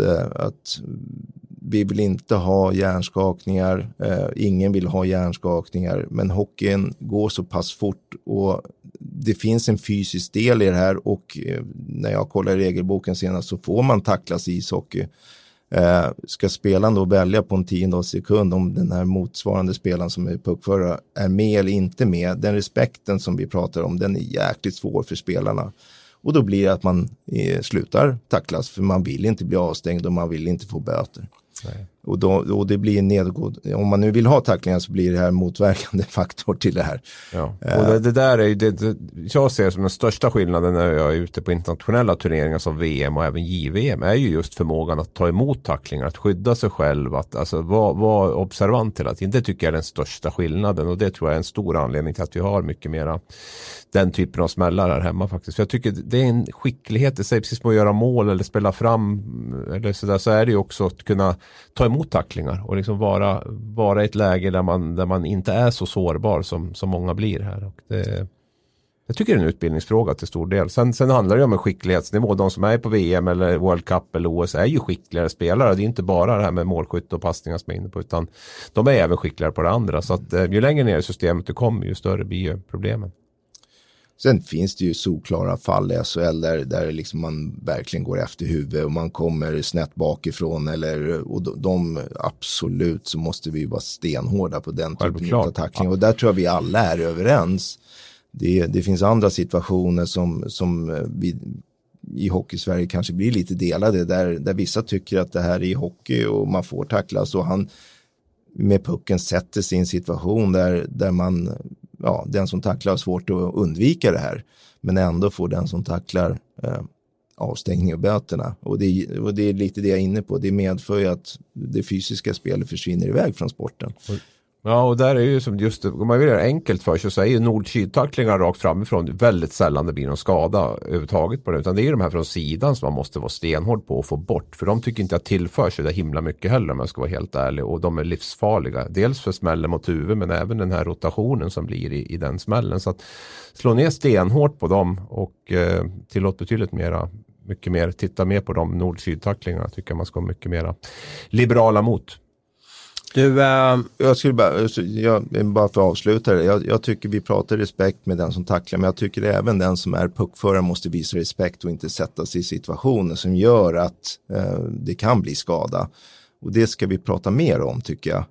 vi vill inte ha hjärnskakningar, ingen vill ha hjärnskakningar, men hockeyn går så pass fort och det finns en fysisk del i det här, och när jag kollar regelboken senast så får man tacklas i ishockey. Ska spelaren då välja på en 10 sekund om den här motsvarande spelaren som är puckförare är med eller inte med, den respekten som vi pratar om, den är jäkligt svår för spelarna. Och då blir det att man slutar tacklas, för man vill inte bli avstängd och man vill inte få böter. Nej. Och det blir nedgång. Om man nu vill ha tacklingar så blir det här motverkande faktor till det här. Ja. Och det där är ju det jag ser som den största skillnaden när jag är ute på internationella turneringar som VM och även JVM, är ju just förmågan att ta emot tacklingar, att skydda sig själv, att alltså vara observant hela tiden. Det tycker jag är den största skillnaden, och det tror jag är en stor anledning till att vi har mycket mera den typen av smällar här hemma faktiskt. För jag tycker det är en skicklighet, det säger precis som att göra mål eller spela fram eller sådär, så är det ju också att kunna ta emot tacklingar och liksom vara i ett läge där man inte är så sårbar som många blir här. Och jag tycker det är en utbildningsfråga till stor del. Sen handlar det om en skicklighetsnivå. De som är på VM eller World Cup eller OS är ju skickligare spelare. Det är inte bara det här med målskytt och passningar som är inne på, utan de är även skickligare på det andra. Så att ju längre ner i systemet du kommer, ju större blir ju problemen. Sen finns det ju solklara fall i SHL där liksom man verkligen går efter huvudet och man kommer snett bakifrån, och de absolut så måste vi vara stenhårda på den typen av tackling. Och där tror jag vi alla är överens. Det finns andra situationer som vi i hockey-Sverige kanske blir lite delade, där vissa tycker att det här är hockey och man får tacklas, och han med pucken sätter sig i en situation där man, den som tacklar har svårt att undvika det här, men ändå får den som tacklar avstängning och böterna. Och det är lite det jag är inne på. Det medför ju att det fysiska spelet försvinner iväg från sporten. Ja, och där är ju som just, om man vill göra enkelt för sig så är ju nord-syd-tacklingar rakt framifrån väldigt sällan det blir någon skada överhuvudtaget på det, utan det är ju de här från sidan som man måste vara stenhård på att få bort, för de tycker inte att tillför sig det himla mycket heller om jag ska vara helt ärlig, och de är livsfarliga, dels för smällen mot huvudet men även den här rotationen som blir i den smällen, så att slå ner stenhårt på dem och tillåt betydligt mycket mer, titta mer på de nord-syd-tacklingarna, tycker jag man ska vara mycket mer liberala mot. Jag skulle bara för att avsluta det. Jag tycker vi pratar respekt med den som tacklar, men jag tycker även den som är puckförare måste visa respekt och inte sätta sig i situationer som gör att det kan bli skada. Och det ska vi prata mer om, tycker jag.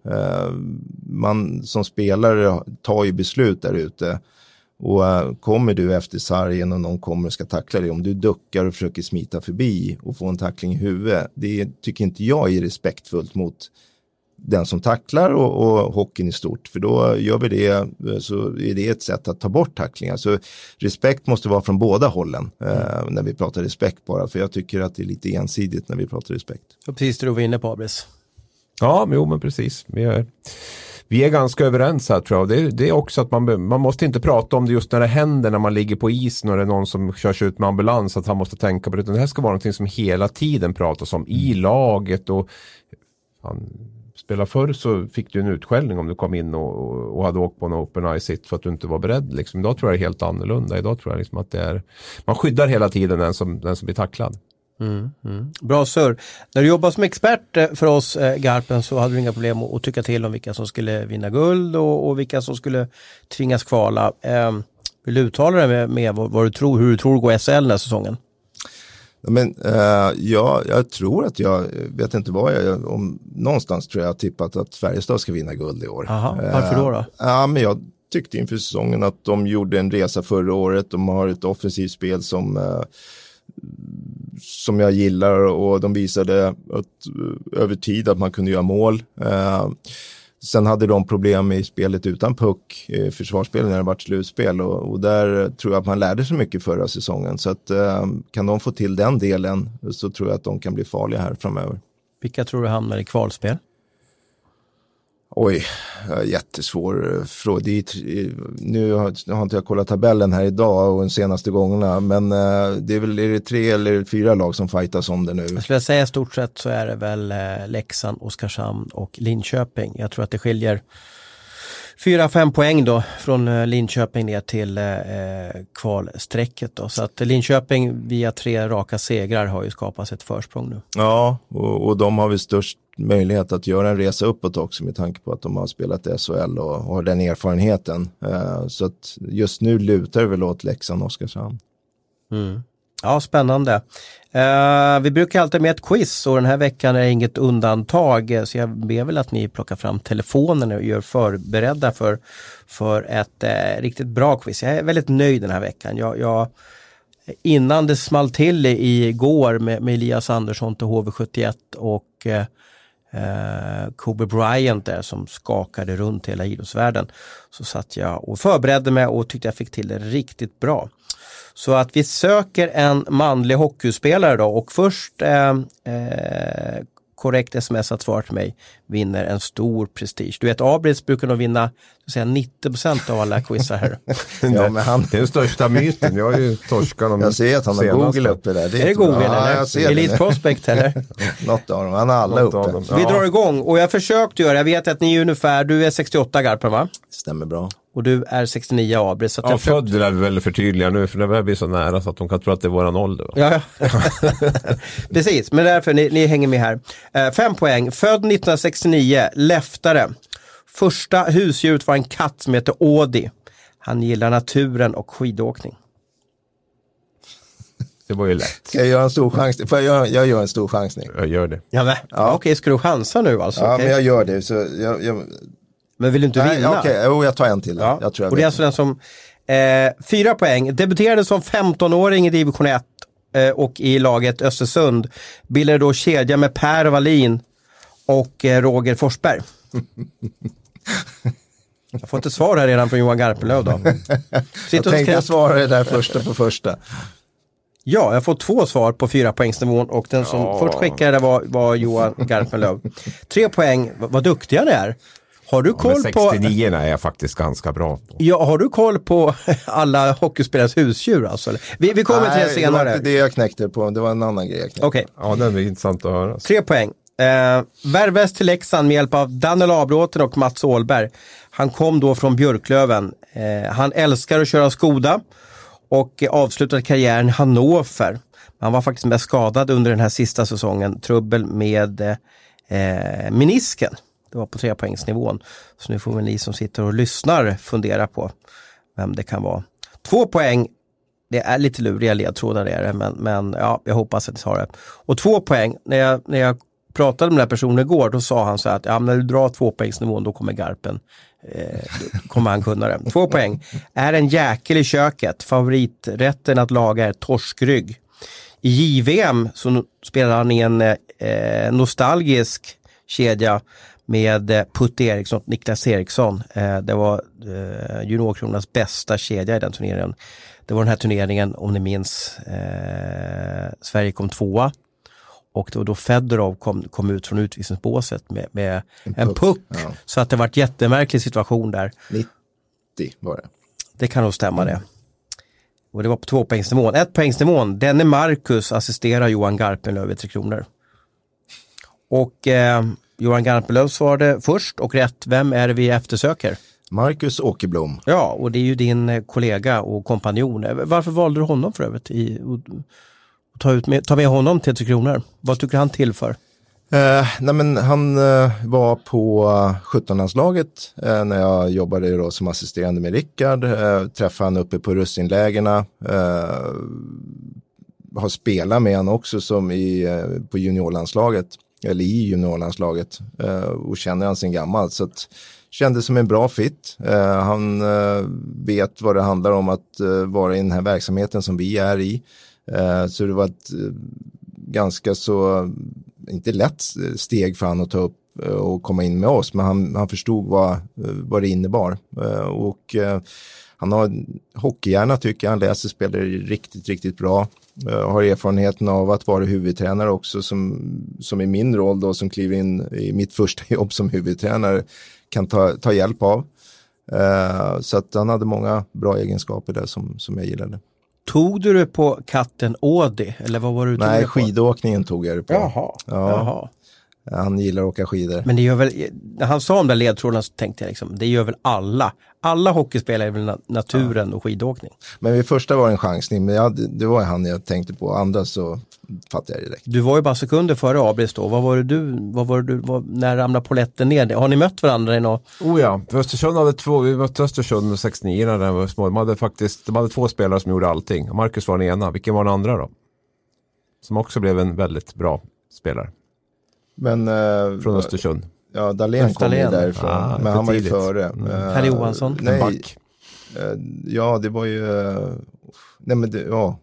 Man som spelare tar ju beslut där ute. Och kommer du efter sargen och någon kommer och ska tackla dig, om du duckar och försöker smita förbi och få en tackling i huvudet, det tycker inte jag är respektfullt mot den som tacklar och hockeyn i stort, för då gör vi det, så är det ett sätt att ta bort tacklingar. Så respekt måste vara från båda hållen när vi pratar respekt bara, för jag tycker att det är lite ensidigt när vi pratar respekt. Och precis det du var inne på, Abris. Ja, men precis. Vi är ganska överens här, tror jag. Det är också att man måste inte prata om det just när det händer, när man ligger på isen och det är någon som körs ut med ambulans, att han måste tänka på det. Utan det här ska vara någonting som hela tiden pratas om i laget, och spela förr så fick du en utskällning om du kom in och hade åkt på en open ice sit för att du inte var beredd. Liksom. Idag tror jag det är helt annorlunda. Idag tror jag liksom att det är, man skyddar hela tiden den som blir tacklad. Bra Sir. När du jobbar som expert för oss Garpen, så hade du inga problem att tycka till om vilka som skulle vinna guld och vilka som skulle tvingas kvala. Vill du uttala dig med vad du tror, hur du tror går SL den här säsongen? Men jag tror att jag vet inte vad någonstans tror jag har tippat att Färjestad ska vinna guld i år. Aha, varför då? Ja, men jag tyckte inför säsongen att de gjorde en resa förra året. De har ett offensivt spel som jag gillar, och de visade över tid att man kunde göra mål. Sen hade de problem i spelet utan puck, försvarsspelet när det varit slutspel, och där tror jag att man lärde sig mycket förra säsongen. Så att kan de få till den delen, så tror jag att de kan bli farliga här framöver. Vilka tror du hamnar i kvalspel? Oj, jättesvår fråga. Nu har inte jag kollat tabellen här idag och de senaste gångerna, men det är väl, är det 3 eller 4 lag som fightas om det nu? Jag skulle säga stort sett så är det väl Leksand, Oskarshamn och Linköping. Jag tror att det skiljer 4-5 poäng då från Linköping ner till kvalsträcket då. Så att Linköping via 3 raka segrar har ju skapat ett försprång nu. Ja, och de har väl störst möjlighet att göra en resa uppåt också, med tanke på att de har spelat SHL och har den erfarenheten. Så att just nu lutar det väl åt Leksand och Oskarshamn. Ja, spännande. Vi brukar alltid med ett quiz, och den här veckan är inget undantag, så jag ber väl att ni plockar fram telefonen och gör förberedda för ett riktigt bra quiz. Jag är väldigt nöjd den här veckan. Jag innan det small till igår med Elias Andersson till HV71 och Kobe Bryant där som skakade runt hela idrottsvärlden, så satt jag och förberedde mig och tyckte jag fick till det riktigt bra. Så att vi söker en manlig hockeyspelare då, och först korrekt sms att svara till mig vinner en stor prestige. Du vet, Abris brukar nog vinna 90% av alla quizar här. Ja, men det är den största myten. Jag är ju torskan. Jag ser att han har Google uppe där. Är det Google eller? Elite Prospect eller? Något av dem, han har alla uppe. Vi drar igång, och jag försökt göra, jag vet att ni är ungefär, du är 68 Garpen va? Stämmer bra. Och du är 69 Abris. Så att jag född lär vi väl förtydliga nu, för det börjar bli så nära så att de kan tro att det är våran ålder. Va? Ja. Precis, men därför ni hänger med här. 5 poäng. Född 1969, Leftare. Första husdjuret var en katt som heter Audi. Han gillar naturen och skidåkning. Det var ju lätt. Ska jag göra en stor chansning? Jag gör en stor chansning. Jag gör det. Ja. Okej, ska du chansa nu alltså? Ja, okay. Men jag gör det. Så Men vill du inte vinna? Okej, jag tar en till. Ja. Jag tror jag och det är alltså den som 4 poäng. Debuterade som 15-åring i division 1 och i laget Östersund. Bildade då kedja med Per Wallin och Roger Forsberg. Jag får inte svar här redan från Johan Garpenlöv då. Jag tänkte svara det där första. Ja, jag får 2 svar på 4 poängsnivån, och den som först skickade var Johan Garpenlöv. 3 poäng, vad duktiga ni är. Har du koll på... 69 är jag faktiskt ganska bra på. Ja, har du koll på alla hockeyspelares husdjur alltså? Vi kommer till det senare. Det var inte det jag knäckte på, det var en annan grej jag knäckte. Okej. Ja, det är intressant att höra. 3 poäng. Värvas till Leksand med hjälp av Daniel Abråten och Mats Åhlberg. Han kom då från Björklöven. Han älskar att köra Skoda och avslutade karriären i Hannover. Han var faktiskt mest skadad under den här sista säsongen. Trubbel med menisken. Det var på 3-poängsnivån. Så nu får väl ni som sitter och lyssnar fundera på vem det kan vara. 2 poäng. Det är lite luriga ledtrådar är det, men ja, jag hoppas att ni har det. Och 2 poäng, när jag pratade med den här personen igår, då sa han så att ja, när du drar 2-poängsnivån då kommer Garpen, då kommer han kunna det. 2 poäng. Är en jäkel i köket. Favoriträtten att laga är torskrygg. I JVM så spelar han i en nostalgisk kedja med Putte Eriksson och Niklas Eriksson. Det var juniorkronornas bästa kedja i den turneringen. Det var den här turneringen, om ni minns, Sverige kom 2:a. Och det var då Fedorov kom ut från utvisningsbåset med en puck. Ja. Så att det var en jättemärklig situation där. 90 var det. Det kan nog stämma det. Och det var på 2-poängsnivån. 1-poängsnivån, denne Marcus assisterar Johan Garpenlöv i 3 kronor. Och Johan Garpenlöv svarade först och rätt. Vem är det vi eftersöker? Marcus Åkerblom. Ja, och det är ju din kollega och kompanjon. Varför valde du honom för övrigt? Ta med honom till 3 kronor. Vad tycker han till för? Nej, men han var på 17-landslaget när jag jobbade då som assisterande med Rickard. Träffade han uppe på russinlägerna. Har spelat med han också som på juniorlandslaget. Eller i juniorlandslaget. Och känner han sin gammal. Så att kändes som en bra fit. Han vet vad det handlar om att vara i den här verksamheten som vi är i. Så det var ett ganska så, inte lätt steg för han att ta upp och komma in med oss. Men han förstod vad det innebar. Och han har hockeyhjärna tycker jag. Han läser spelare riktigt, riktigt bra. Har erfarenheten av att vara huvudtränare också som i min roll då som kliver in i mitt första jobb som huvudtränare kan ta hjälp av. Så att han hade många bra egenskaper där som jag gillade. Tog du det på katten Ådi? Eller vad var du tog? Nej, skidåkningen tog jag det på. Jaha. Han gillar att åka skidor. Men det gör väl, när han sa om de ledtrådarna så tänkte jag liksom, det gör väl alla. Alla hockeyspelare är väl naturen och skidåkning. Men vid första var det en chansning, men det var han jag tänkte på. Andra så fattade jag direkt. Du var ju bara sekunder före Abris då. Vad var du när ramlade poletten ner? Har ni mött varandra i något? Oh ja, Östersund hade vi mötte Östersund med 69 när de var små. De hade 2 spelare som gjorde allting. Marcus var den ena. Vilken var den andra då? Som också blev en väldigt bra spelare. Men från Östersund. Ja, Dahlén kom ju därifrån. Men han var ju före. Kalle Johansson. Nej, back. Ja, det var ju... nej, men det... Ja.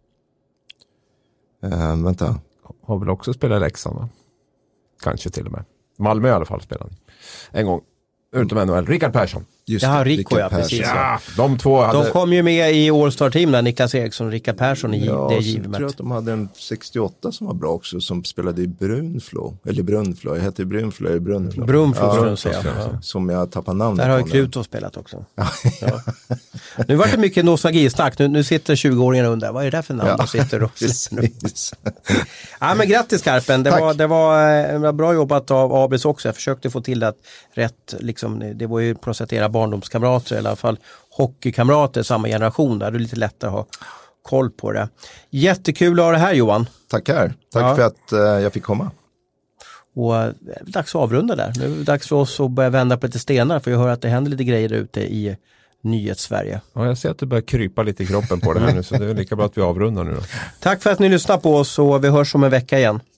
Vänta. Har väl också spelat i Leksand, va? Kanske till och med. Malmö i alla fall spelade en gång. Utom NHL. Rickard Persson. Just det, Rico, ja, precis. Ja, de två hade... De kom ju med i All-Star-team där, Niklas Eriksson och Rickard Persson i det givet. Jag tror att de hade en 68 som var bra också, som spelade i Brunflo. Eller Brunflo, jag heter Brunflo eller Brunflo. Brunflo, ja. Som jag tappar namnet på. Där har ju Krutov spelat också. Ja. Nu var det mycket nostalgisnack. Nu sitter 20-åringarna och undrar, vad är det för namn de sitter och ja, men grattis Karpen. Det var bra jobbat av Abris också. Jag försökte få till det rätt, liksom, det var ju på något sätt era barndomskamrater, i alla fall hockeykamrater, samma generation där. Det är lite lättare att ha koll på det. Jättekul att ha det här, Johan. Tackar. Tack för att jag fick komma. Och det är dags att avrunda där. Nu är det dags för oss att börja vända på lite stenar, för jag hör att det händer lite grejer ute i Nyhetssverige. Ja, jag ser att du börjar krypa lite i kroppen på det här nu, så det är lika bra att vi avrundar nu då. Tack för att ni lyssnar på oss, och vi hörs om en vecka igen.